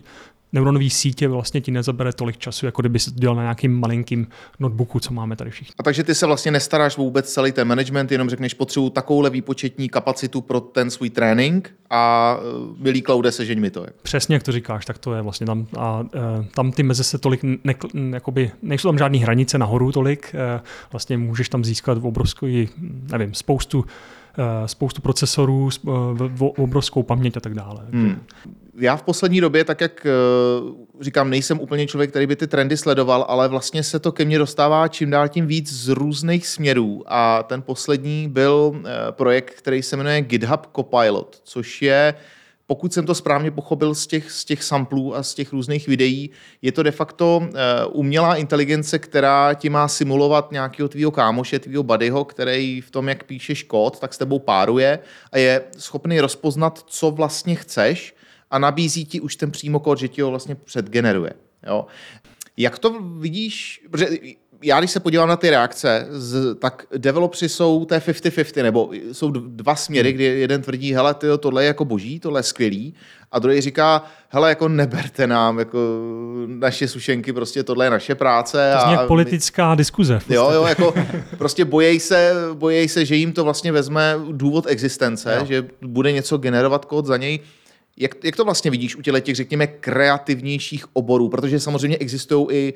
neuronové sítě vlastně ti nezabere tolik času, jako kdyby se to dělal na nějakým malinkým notebooku, co máme tady všichni. A takže ty se vlastně nestaráš vůbec celý ten management, jenom řekneš, potřebuji takovouhle výpočetní kapacitu pro ten svůj trénink a milý Claude, sežeň mi to. Jak. Přesně, jak to říkáš, tak to je vlastně tam. A, e, tam ty meze se tolik, ne, jakoby, nejsou tam žádný hranice nahoru tolik, e, vlastně můžeš tam získat obrovskou, nevím, spoustu spoustu procesorů, obrovskou paměť a tak dále. Hmm. Já v poslední době, tak jak říkám, nejsem úplně člověk, který by ty trendy sledoval, ale vlastně se to ke mně dostává čím dál tím víc z různých směrů a ten poslední byl projekt, který se jmenuje GitHub Copilot, což je, pokud jsem to správně pochopil z těch, z těch samplů a z těch různých videí, je to de facto uh, umělá inteligence, která ti má simulovat nějakého tvýho kámoše, tvýho buddyho, který v tom, jak píšeš kód, tak s tebou páruje a je schopný rozpoznat, co vlastně chceš a nabízí ti už ten přímo kód, že ti ho vlastně předgeneruje. Jo? Jak to vidíš? Protože já, když se podívám na ty reakce, tak developři jsou té padesát padesát, nebo jsou dva směry, kdy jeden tvrdí, hele, tyjo, tohle je jako boží, tohle je skvělý, a druhý říká, hele, jako neberte nám jako naše sušenky, prostě tohle je naše práce. To je nějak a politická my... diskuze. Jo, jo, jako prostě bojí se, bojí se, že jim to vlastně vezme důvod existence, jo. Že bude něco generovat kód za něj. Jak, jak to vlastně vidíš u těch, řekněme, kreativnějších oborů? Protože samozřejmě existují i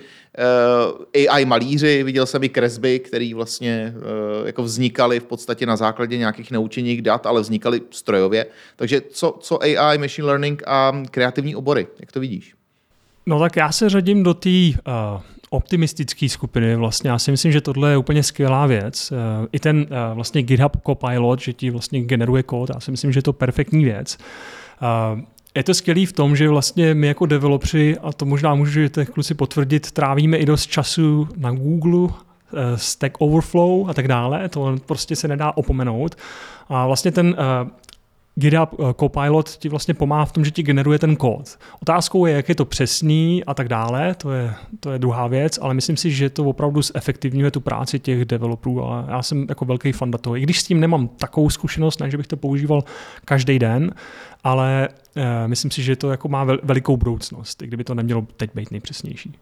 uh, A I malíři, viděl jsem i kresby, který vlastně uh, jako vznikaly v podstatě na základě nějakých naučených dat, ale vznikaly strojově. Takže co, co A I, machine learning a kreativní obory? Jak to vidíš? No tak já se řadím do té uh, optimistické skupiny. Vlastně já si myslím, že tohle je úplně skvělá věc. Uh, I ten uh, vlastně GitHub Copilot, že ti vlastně generuje kód, já si myslím, že je to perfektní věc. Uh, je to skvělý v tom, že vlastně my jako developři, a to možná můžete kluci potvrdit, trávíme i dost času na Google, uh, Stack Overflow a tak dále. To prostě se nedá opomenout. A vlastně ten uh, GitHub Copilot ti vlastně pomáhá v tom, že ti generuje ten kód. Otázkou je, jak je to přesný a tak dále, to je, to je druhá věc, ale myslím si, že to opravdu zefektivňuje tu práci těch developerů a já jsem jako velký fan toho. I když s tím nemám takovou zkušenost, ne, že bych to používal každý den, ale eh, myslím si, že to jako má vel, velikou budoucnost, i kdyby to nemělo teď být nejpřesnější.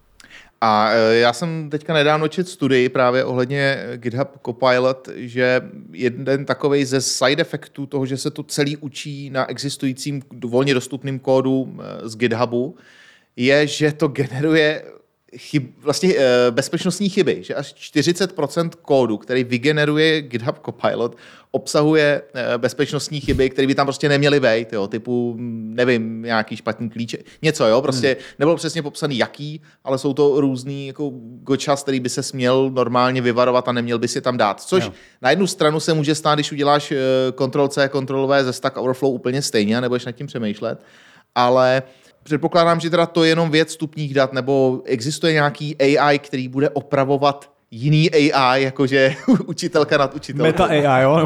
A já jsem teďka nedávno četl studii právě ohledně GitHub Copilot, že jeden takovej ze side effectů toho, že se to celý učí na existujícím volně dostupným kódu z GitHubu, je, že to generuje chyb, vlastně bezpečnostní chyby, že až čtyřicet procent kódu, který vygeneruje GitHub Copilot, obsahuje bezpečnostní chyby, které by tam prostě neměly být, jo, typu, nevím, nějaký špatný klíče, něco, jo, prostě hmm. nebylo přesně popsaný jaký, ale jsou to různý jako gotchas, který by se směl normálně vyvarovat a neměl by si tam dát. Což jo. Na jednu stranu se může stát, když uděláš Ctrl-C, Ctrl-V ze Stack Overflow úplně stejně a nebudeš nad tím přemýšlet, ale předpokládám, že teda to je jenom věc vstupních dat, nebo existuje nějaký A I, který bude opravovat jiný A I, jakože učitelka nad učitelkou. Meta A I, jo?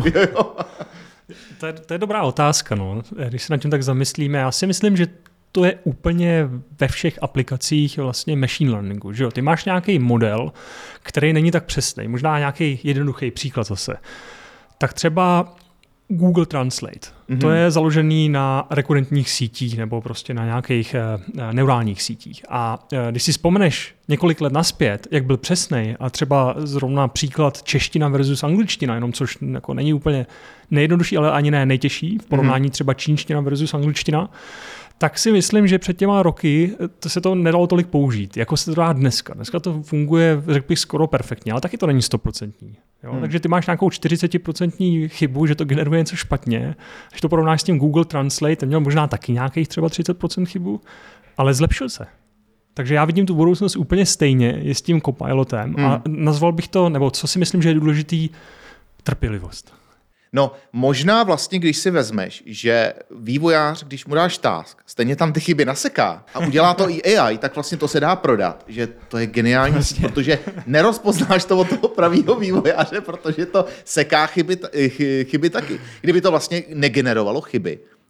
to, je, to je dobrá otázka, no. Když se nad tím tak zamyslíme. Já si myslím, že to je úplně ve všech aplikacích vlastně machine learningu. Že jo? Ty máš nějaký model, který není tak přesný. Možná nějaký jednoduchý příklad zase. Tak třeba Google Translate. Mm-hmm. To je založený na rekurentních sítích nebo prostě na nějakých uh, neurálních sítích. A uh, když si vzpomeneš několik let naspět, jak byl přesnej a třeba zrovna příklad čeština versus angličtina, jenom což jako není úplně nejjednodušší, ale ani ne nejtěžší v porovnání mm-hmm. třeba čínština versus angličtina, tak si myslím, že před těma roky to se to nedalo tolik použít, jako se to dá dneska. Dneska to funguje, řekl bych, skoro perfektně, ale taky to není stoprocentní. Hmm. Takže ty máš nějakou čtyřicet procent chybu, že to generuje něco špatně. Když to porovnáš s tím Google Translate, ten měl možná taky nějakých třeba třicet procent chybu, ale zlepšil se. Takže já vidím tu budoucnost úplně stejně i s tím Copilotem hmm. a nazval bych to, nebo co si myslím, že je důležitý, trpělivost. No, možná vlastně, když si vezmeš, že vývojář, když mu dáš task, stejně tam ty chyby naseká a udělá to i A I, tak vlastně to se dá prodat, že to je geniální, vlastně. Protože nerozpoznáš to od toho pravýho vývojáře, protože to seká chyby, chyby taky. Kdyby to vlastně negenerovalo chyby,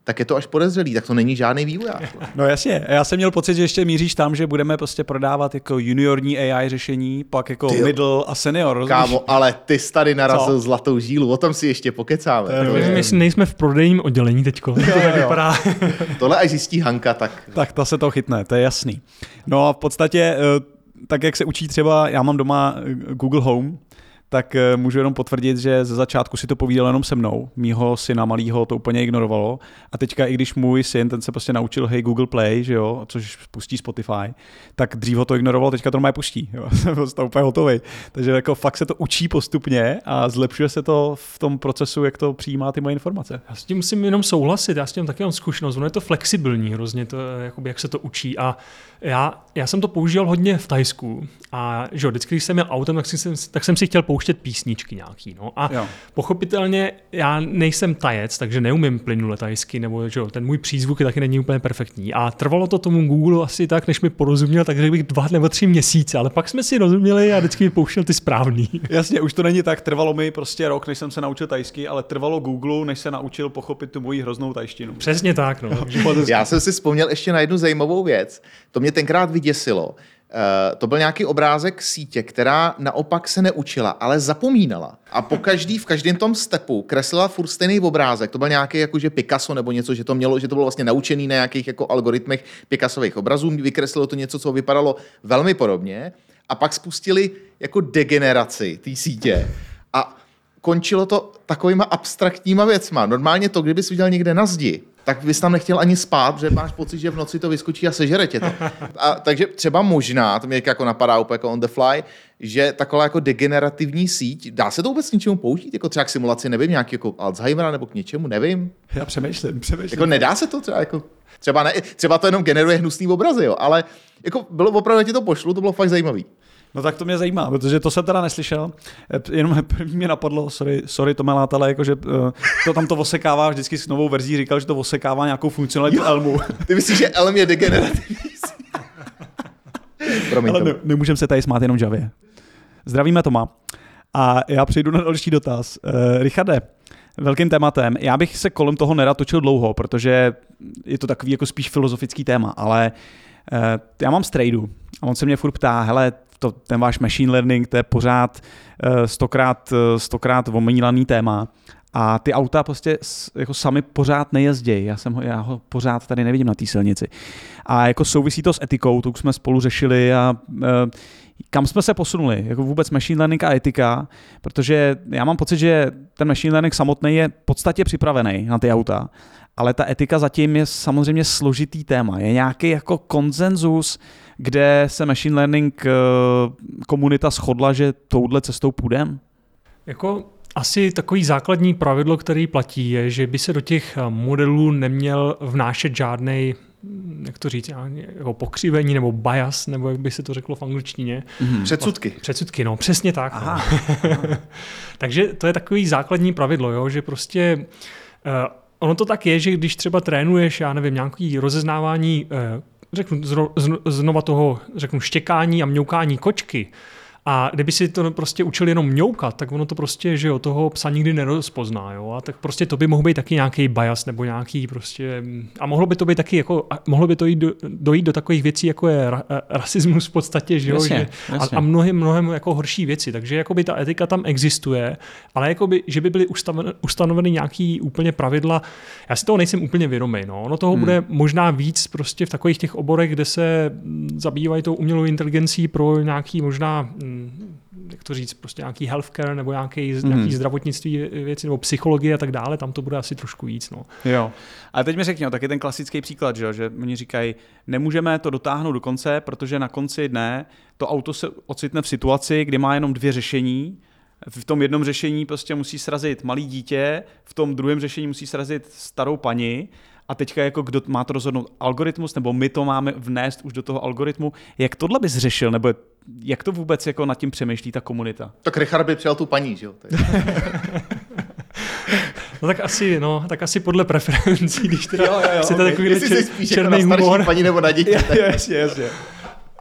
tak je to až podezřelý, tak to není žádný vývojář. No jasně, já jsem měl pocit, že ještě míříš tam, že budeme prostě prodávat jako juniorní A I řešení, pak jako Ty jo. middle a senior, rozumíš? Kámo, ale ty jsi tady narazil Co? zlatou žílu, o tom si ještě pokecáme. To je To dobré. je- My si nejsme v prodejním oddělení teďko. To tak vypadá. Tohle až zjistí Hanka, tak Tak ta se to chytne, to je jasný. No a v podstatě, eh, tak jak se učí třeba, já mám doma eh, Google Home, tak eh, můžu jenom potvrdit, že ze začátku si to povídal jenom se mnou. Mýho syna malýho to úplně ignorovalo. A teďka, i když můj syn, ten se prostě naučil Hey Google Play, že jo, což pustí Spotify, tak dřív ho to ignorovalo, teďka to normálně pustí. Jo. Jsem prostě úplně hotový. Takže jako fakt se to učí postupně a zlepšuje se to v tom procesu, jak to přijímá ty moje informace. Já s tím musím jenom souhlasit, já s tím taky mám zkušenost, ono je to flexibilní hrozně, to, jakoby, jak se to učí a já, já jsem to používal hodně v Thajsku a že jo, vždycky, když jsem měl autem, tak jsem, tak jsem si chtěl pouštět písničky nějaký, no a Jo. pochopitelně já nejsem tajec, takže neumím plynule tajsky, nebo že jo, ten můj přízvuk je taky není úplně perfektní a trvalo to tomu Google asi tak, než mi porozuměl, takže bych dva nebo tři měsíce, ale pak jsme si rozuměli a vždycky mi pouštěl ty správný. Jasně, už to není tak, trvalo mi prostě rok, než jsem se naučil tajsky, ale trvalo Google, než se naučil pochopit tu moji hroznou tajštinu. Přesně tak, no. já jsem si vzpomněl ještě na jednu zajímavou věc. To mě tenkrát vyděsilo. Uh, to byl nějaký obrázek sítě, která naopak se neučila, ale zapomínala. A po každý, v každém tom stepu kreslila furt stejný obrázek. To byl nějaký jakože Picasso nebo něco, že to mělo, že to bylo vlastně naučený na nějakých jako algoritmech Picassových obrazů. Vykreslilo to něco, co vypadalo velmi podobně. A pak spustili jako degeneraci té sítě. A končilo to takovýma abstraktníma věcma. Normálně to, kdybys viděl někde na zdi, tak bys tam nechtěl ani spát, protože máš pocit, že v noci to vyskočí a sežere tě to. A, takže třeba možná, to mě jako napadá úplně jako on the fly, že taková jako degenerativní síť, dá se to vůbec k něčemu použít? Jako třeba k simulaci, nevím, nějaký jako Alzheimera nebo k něčemu, nevím. Já přemýšlím, přemýšlím. Jako nedá se to třeba jako... Třeba, ne, třeba to jenom generuje hnusný obrazy, jo, ale jako bylo opravdu, ti to pošlu, to bylo fakt zajímavý. No tak to mě zajímá, protože to jsem teda neslyšel. Jenom první mě napadlo, sorry, sorry to melát, ale jakože to tam to osekává vždycky s novou verzí, říkal, že to osekává nějakou funkcionalitu Elmu. Ty myslíš, že Elm je degenerativní? Promiň Ale to. ne, nemůžeme se tady smát jenom Javě. Zdravíme Toma. A já přejdu na další dotaz. Uh, Richarde, velkým tématem. Já bych se kolem toho nerad točil dlouho, protože je to takový jako spíš filozofický téma, ale uh, já mám strejdu a on se mě furt ptá, hele, to, ten váš machine learning, to je pořád uh, stokrát, uh, stokrát omílaný téma. A ty auta prostě jako sami pořád nejezdějí. Já, jsem ho, já ho pořád tady nevidím na té silnici. A jako souvisí to s etikou, to už jsme spolu řešili a uh, kam jsme se posunuli, jako vůbec machine learning a etika, protože já mám pocit, že ten machine learning samotný je v podstatě připravený na ty auta, ale ta etika zatím je samozřejmě složitý téma. Je nějaký jako konsenzus, kde se machine learning komunita shodla, že touhle cestou půjdem? Jako asi takový základní pravidlo, který platí, je, že by se do těch modelů neměl vnášet žádnej, jak to říct, jako pokřivení nebo bias, nebo jak by se to řeklo v angličtině. Mm-hmm. Předsudky. Předsudky, no, přesně tak. Aha. No. Takže to je takový základní pravidlo, jo, že prostě uh, ono to tak je, že když třeba trénuješ, já nevím, nějaký rozeznávání, uh, řeknu zno, zno, znova toho, řeknu štěkání a mňoukání kočky, a kdyby si to prostě učil jenom mňoukat, tak ono to prostě, že jo, toho psa nikdy nerozpozná, jo, a tak prostě to by mohl být taky nějaký bias nebo nějaký prostě, a mohlo by to být taky jako, mohlo by to jít do, dojít do takových věcí, jako je ra, rasismus v podstatě, že jo, jasně, že, jasně. a, a mnohem, mnohem jako horší věci, takže jakoby ta etika tam existuje, ale jakoby, že by byly ustaven, ustanoveny nějaký úplně pravidla, já si toho nejsem úplně vědomý, no, ono toho hmm. bude možná víc prostě v takových těch oborech, kde se zabývají tou umělou inteligencí pro nějaký možná jak to říct, prostě nějaký healthcare nebo nějaký, mm. nějaký zdravotnictví věci nebo psychologie a tak dále, tam to bude asi trošku víc. No. Jo. Ale teď mi řekni, taky ten klasický příklad, že, že oni říkají, nemůžeme to dotáhnout do konce, protože na konci dne to auto se ocitne v situaci, kdy má jenom dvě řešení. V tom jednom řešení prostě musí srazit malý dítě, v tom druhém řešení musí srazit starou paní. A teďka jako kdo má to rozhodnout, algoritmus, nebo my to máme vnést už do toho algoritmu. Jak tohle bys řešil, nebo jak to vůbec jako nad tím přemýšlí ta komunita? Tak Richard by přijal tu paní, že jo? No tak asi, no, tak asi podle preferencí, když teda jo, jo, jo, chcete okay. takovýhle Jestli čer, jsi spíš černý jako na starší humor. paní nebo na děti. jasně, jasně.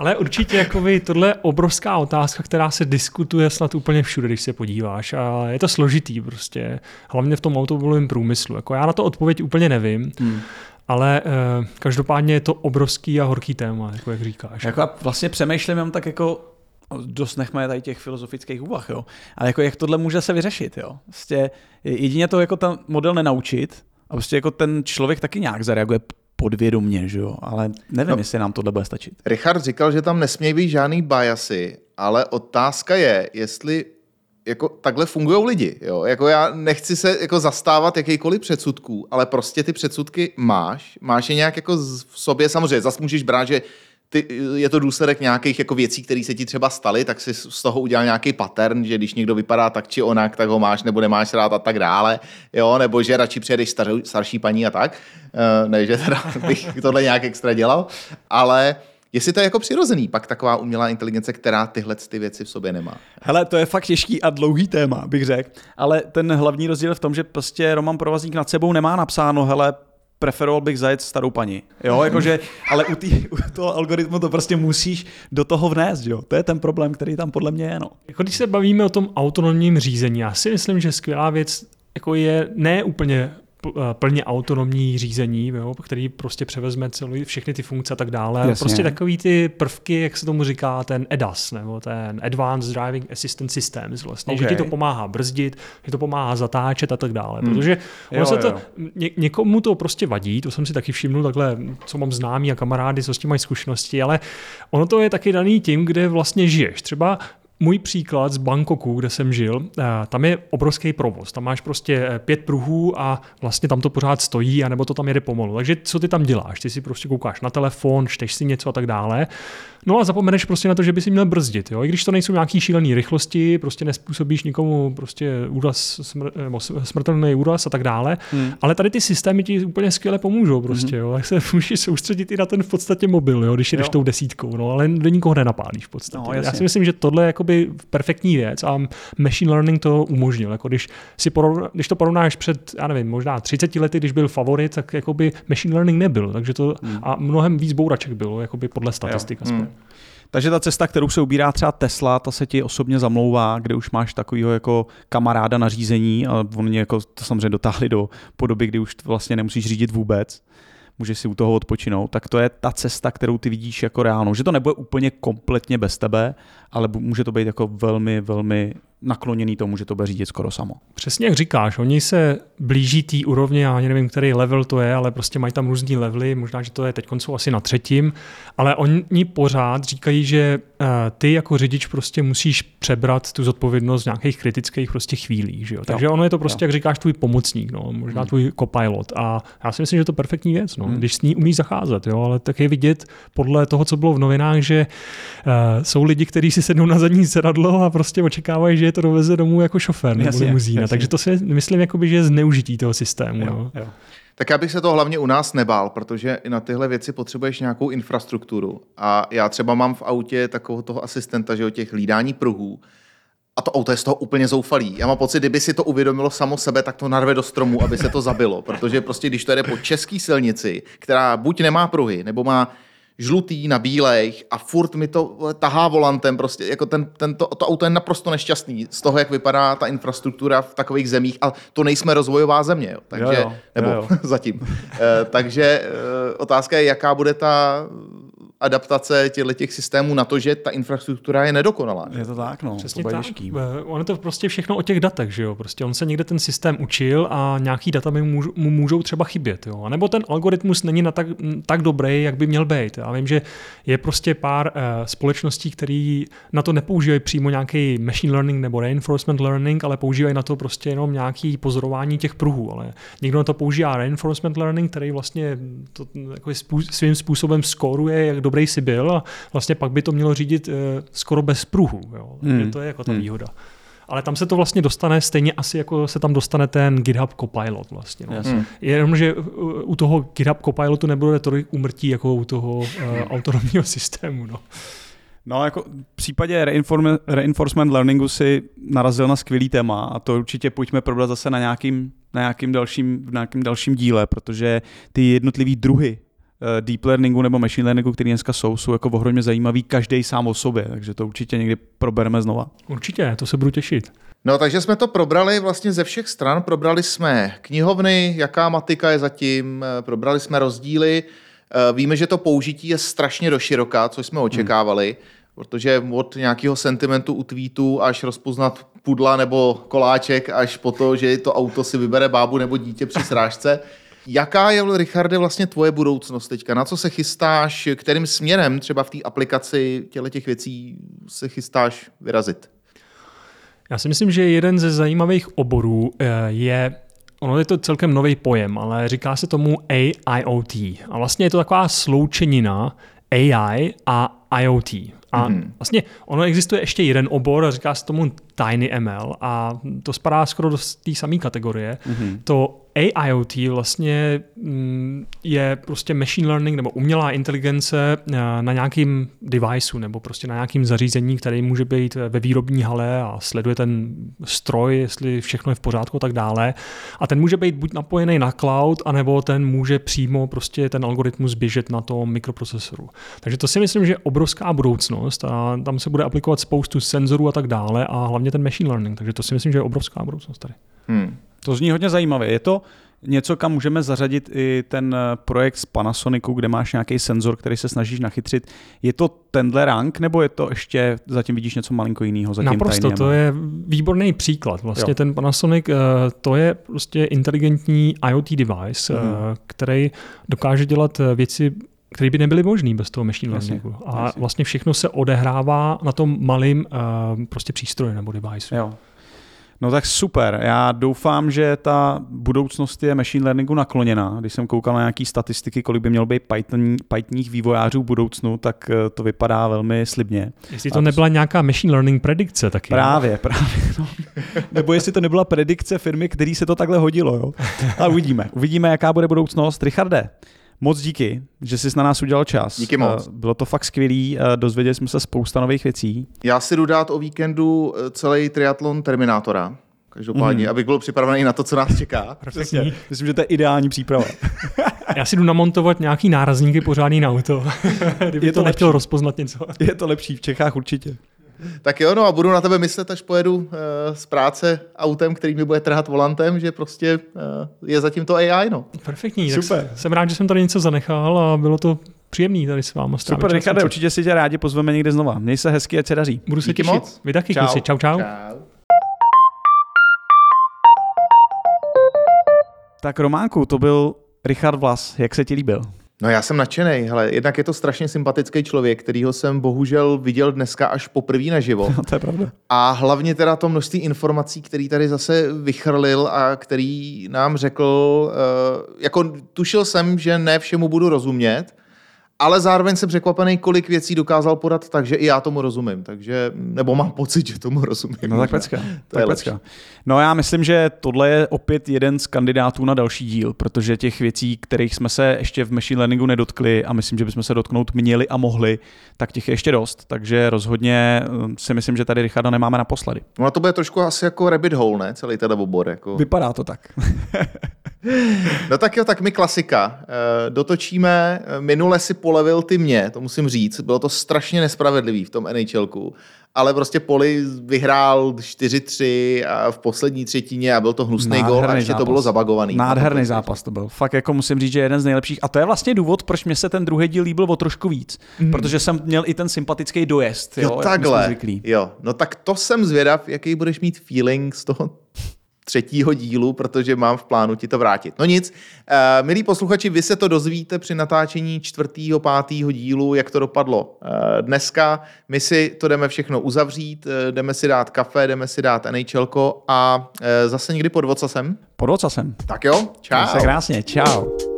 Ale určitě jakoby, tohle je obrovská otázka, která se diskutuje snad úplně všude, když se podíváš. A je to složitý prostě, hlavně v tom automobilovém průmyslu. Jako já na to odpověď úplně nevím, hmm. ale eh, každopádně je to obrovský a horký téma, jako jak říkáš. Jako vlastně přemýšlím jenom tak jako dost nechme tady těch filozofických úvah, jo. Ale jako jak tohle může se vyřešit, jo. Prostě jedině to jako ten model nenaučit a prostě jako ten člověk taky nějak zareaguje podvědomně, že jo. Ale nevím, no, jestli nám tohle bude stačit. Richard říkal, že tam nesmějí být žádný biasy, ale otázka je, jestli jako takhle fungují lidi, jo. Jako já nechci se jako zastávat jakýkoliv předsudků, ale prostě ty předsudky máš, máš je nějak jako v sobě, samozřejmě zase můžeš brát, že ty, je to důsledek nějakých jako věcí, které se ti třeba staly, tak si z toho udělal nějaký pattern, že když někdo vypadá tak či onak, tak ho máš nebo nemáš rád a tak dále, jo, nebo že radši přijedeš star, starší paní a tak, ne, že teda bych tohle nějak extra dělal, ale jestli to je jako přirozený, pak taková umělá inteligence, která tyhle ty věci v sobě nemá. Hele, to je fakt těžký a dlouhý téma, bych řekl, ale ten hlavní rozdíl je v tom, že prostě Roman Provazník nad sebou nemá napsáno, hele, preferoval bych zajet starou paní. Jo, jakože, ale u, tý, u toho algoritmu to prostě musíš do toho vnést, jo. To je ten problém, který tam podle mě je, no. Jako když se bavíme o tom autonomním řízení, já si myslím, že skvělá věc jako je ne úplně plně autonomní řízení, jo, který prostě převezme celý, všechny ty funkce a tak dále. Jasně. Prostě takový ty prvky, jak se tomu říká, ten A D A S, nebo ten Advanced Driving Assistance Systems, vlastně, okay. Že ti to pomáhá brzdit, že to pomáhá zatáčet a tak dále. Hmm. Protože jo, se to, jo. Ně, někomu to prostě vadí, to jsem si taky všimnul takhle, co mám známí a kamarády, co s tím mají zkušenosti, ale ono to je taky daný tím, kde vlastně žiješ. Třeba můj příklad z Bangkoku, kde jsem žil, tam je obrovský provoz. Tam máš prostě pět pruhů a vlastně tam to pořád stojí, anebo to tam jede pomalu. Takže co ty tam děláš? Ty si prostě koukáš na telefon, čteš si něco a tak dále. No a zapomeneš prostě na to, že by si měl brzdit. Jo? I když to nejsou nějaký šílený rychlosti, prostě nespůsobíš nikomu prostě úraz, smr- smrtelný úraz a tak dále. Hmm. Ale tady ty systémy ti úplně skvěle pomůžou prostě. Hmm. Jo? Tak se můžeš soustředit i na ten v podstatě mobil, jo? Když jdeš tou desítkou. No, ale do nikoho nenapálíš v podstatě. No, já si myslím, že tohle je jakoby perfektní věc a machine learning to umožnil. Jako když, si porovna, když to porovnáš před, já nevím, možná třiceti lety, když byl favorit, tak jakoby machine learning nebyl. Takže to hmm. a mnohem víc bouraček bylo, jakoby podle statistik. Hmm. Takže ta cesta, kterou se ubírá třeba Tesla, ta se ti osobně zamlouvá, kde už máš takovýho jako kamaráda na řízení a oni jako to samozřejmě dotáhli do podoby, kdy už vlastně nemusíš řídit vůbec. Můžeš si u toho odpočinout, tak to je ta cesta, kterou ty vidíš jako reálnou. Že to nebude úplně kompletně bez tebe, ale může to být jako velmi, velmi nakloněný tomu, že to bude řídit skoro samo. Přesně jak říkáš, oni se blíží té úrovně, já ani nevím, který level to je, ale prostě mají tam různý levely, možná, že to je teď jsou asi na třetím, ale oni pořád říkají, že uh, ty jako řidič prostě musíš přebrat tu zodpovědnost v nějakých kritických prostě chvílích, že jo? Takže jo. Ono je to prostě, jo. Jak říkáš, tvůj pomocník, no, možná hmm. tvůj copilot a já si myslím, že je to perfektní věc, no, hmm. když s ní umíš zacházet, jo, ale tak je vidět podle toho, co bylo v novinách, že uh, jsou lidi, kteří si sednou na zadní sedadlo a prostě očekávají, že to doveze domů jako šofér nebo limuzína. Takže to si myslím, jakoby, že je zneužití toho systému. Jo, no. jo. Tak já bych se to hlavně u nás nebál, protože i na tyhle věci potřebuješ nějakou infrastrukturu. A já třeba mám v autě takového toho asistenta, že o těch hlídání pruhů. A to auto je z toho úplně zoufalý. Já mám pocit, kdyby si to uvědomilo samo sebe, tak to narve do stromu, aby se to zabilo. Protože prostě, když to jede po české silnici, která buď nemá pruhy, nebo má žlutý na bílejch a furt mi to tahá volantem, prostě jako ten, ten to, to auto je naprosto nešťastný z toho, jak vypadá ta infrastruktura v takových zemích a to nejsme rozvojová země, jo. Takže, jo, jo. nebo jo, jo. zatím. e, takže e, otázka je, jaká bude ta adaptace těch systémů na to, že ta infrastruktura je nedokonalá. Je to tak, no. Přesně to tak. Ono je to prostě všechno o těch datech, že jo. Prostě on se někde ten systém učil a nějaký data mu můžou, mu můžou třeba chybět, jo. A nebo ten algoritmus není na tak, tak dobrý, jak by měl být. Já vím, že je prostě pár uh, společností, které na to nepoužívají přímo nějaký machine learning nebo reinforcement learning, ale používají na to prostě jenom nějaký pozorování těch pruhů. Ale někdo na to používá reinforcement learning, který vlastně to, jako svým způsobem skóruje, jak dobrý si byl a vlastně pak by to mělo řídit uh, skoro bez pruhu. Jo. Takže to je jako ta výhoda. Ale tam se to vlastně dostane stejně asi, jako se tam dostane ten GitHub Copilot vlastně. No. Hmm. Jenom, že u toho GitHub Copilotu nebude tolik úmrtí jako u toho uh, autonomního systému. No. No, jako v případě reinform- reinforcement learningu si narazil na skvělý téma a to určitě pojďme probrat zase na nějakým, na nějakým, dalším, na nějakým dalším díle, protože ty jednotlivý druhy deep learningu nebo machine learningu, který dneska jsou, jsou jako ohromně zajímavý každý sám o sobě, takže to určitě někdy probereme znova. Určitě, to se budu těšit. No, takže jsme to probrali vlastně ze všech stran. Probrali jsme knihovny, jaká matika je zatím, probrali jsme rozdíly. Víme, že to použití je strašně doširoká, což jsme očekávali, hmm. protože od nějakého sentimentu u tweetu až rozpoznat pudla nebo koláček, až po to, že to auto si vybere bábu nebo dítě při srážce. Jaká je, Richarde, vlastně tvoje budoucnost teďka? Na co se chystáš? Kterým směrem třeba v té aplikaci těch věcí se chystáš vyrazit? Já si myslím, že jeden ze zajímavých oborů je, ono je to celkem nový pojem, ale říká se tomu A I O T. A vlastně je to taková sloučenina A I a I O T. A mm-hmm. vlastně ono existuje ještě jeden obor a říká se tomu Tiny M L a to spadá skoro do té samé kategorie. Mm-hmm. To A I O T vlastně je prostě machine learning nebo umělá inteligence na nějakým deviceu nebo prostě na nějakým zařízení, který může být ve výrobní hale a sleduje ten stroj, jestli všechno je v pořádku a tak dále. A ten může být buď napojený na cloud, anebo ten může přímo prostě ten algoritmus běžet na tom mikroprocesoru. Takže to si myslím, že je obrovská budoucnost a tam se bude aplikovat spoustu senzorů a tak dále a hlavně ten machine learning. Takže to si myslím, že je obrovská budoucnost tady. Hmm. To zní hodně zajímavé. Je to něco, kam můžeme zařadit i ten projekt z Panasonicu, kde máš nějaký senzor, který se snažíš nachytrit. Je to tenhle rank, nebo je to ještě, zatím vidíš něco malinko jiného? Naprosto, to je výborný příklad. Vlastně jo. Ten Panasonic, to je prostě inteligentní IoT device, hmm. který dokáže dělat věci, které by nebyly možné bez toho machine learningu. A jasně. vlastně všechno se odehrává na tom malým prostě přístroji nebo device. Jo. No tak super, já doufám, že ta budoucnost je machine learningu nakloněná. Když jsem koukal na nějaké statistiky, kolik by mělo být Python, Pythonních vývojářů v budoucnu, tak to vypadá velmi slibně. Jestli to nebyla nějaká machine learning predikce taky. Právě, právě. No. Nebo jestli to nebyla predikce firmy, který se to takhle hodilo. Jo? Ale uvidíme, uvidíme, jaká bude budoucnost. Richarde, moc díky, že jsi na nás udělal čas. Díky moc. Bylo to fakt skvělý, dozvěděli jsme se spousta nových věcí. Já si jdu dát o víkendu celý triatlon Terminátora. Každopádně, mm. abych byl připravený na to, co nás čeká. Perfektní. Myslím, že to je ideální příprava. Já si jdu namontovat nějaký nárazníky pořádný na auto. Kdyby je to, to nechtěl rozpoznat něco. Je to lepší v Čechách určitě. Tak jo, no a budu na tebe myslet, až pojedu uh, z práce autem, který mi bude trhat volantem, že prostě uh, je zatím to A I, no. Perfektní. Super. Tak jsem rád, že jsem tady něco zanechal a bylo to příjemný tady s váma. Super, Richarde, určitě si tě rádi pozveme někde znova. Měj se hezky, ať se daří. Budu se Díky těšit. Moc. Vy taky, čau. Kluci. Čau, čau. Čau. Tak Románku, to byl Richard Vlas. Jak se ti líbil? No já jsem nadšenej, hele, jednak je to strašně sympatický člověk, kterýho jsem bohužel viděl dneska až poprvé naživo. No, to je pravda. A hlavně teda to množství informací, který tady zase vychrlil a který nám řekl, uh, jako tušil jsem, že ne všemu budu rozumět, ale zároveň jsem překvapený, kolik věcí dokázal podat, takže i já tomu rozumím. Takže, nebo mám pocit, že tomu rozumím. No tak pecka. tak pecka. No já myslím, že tohle je opět jeden z kandidátů na další díl, protože těch věcí, kterých jsme se ještě v machine learningu nedotkli a myslím, že bychom se dotknout měli a mohli, tak těch je ještě dost. Takže rozhodně si myslím, že tady Richarda nemáme naposledy. No to bude trošku asi jako rabbit hole, ne? Celý ten obor. Jako... Vypadá to tak. No tak jo, tak my klasika. Dotočíme, minule si polevil ty mě, to musím říct, bylo to strašně nespravedlivý v tom NHLku, ale prostě Poli vyhrál čtyři tři a v poslední třetině a byl to hnusný gól a ještě zápas. To bylo zabagovaný. Nádherný zápas to byl. Fakt jako musím říct, že jeden z nejlepších. A to je vlastně důvod, proč mě se ten druhý díl líbil o trošku víc. Mm. Protože jsem měl i ten sympatický dojezd. Jo, jo takhle. Jo, no tak to jsem zvědav, jaký budeš mít feeling z toho třetího dílu, protože mám v plánu ti to vrátit. No nic, uh, milí posluchači, vy se to dozvíte při natáčení čtvrtého, pátého dílu, jak to dopadlo uh, dneska. My si to jdeme všechno uzavřít, uh, jdeme si dát kafe, jdeme si dát NHLko a uh, zase někdy pod vocasem. Pod vocasem. Tak jo, čau. Měj se krásně, čau.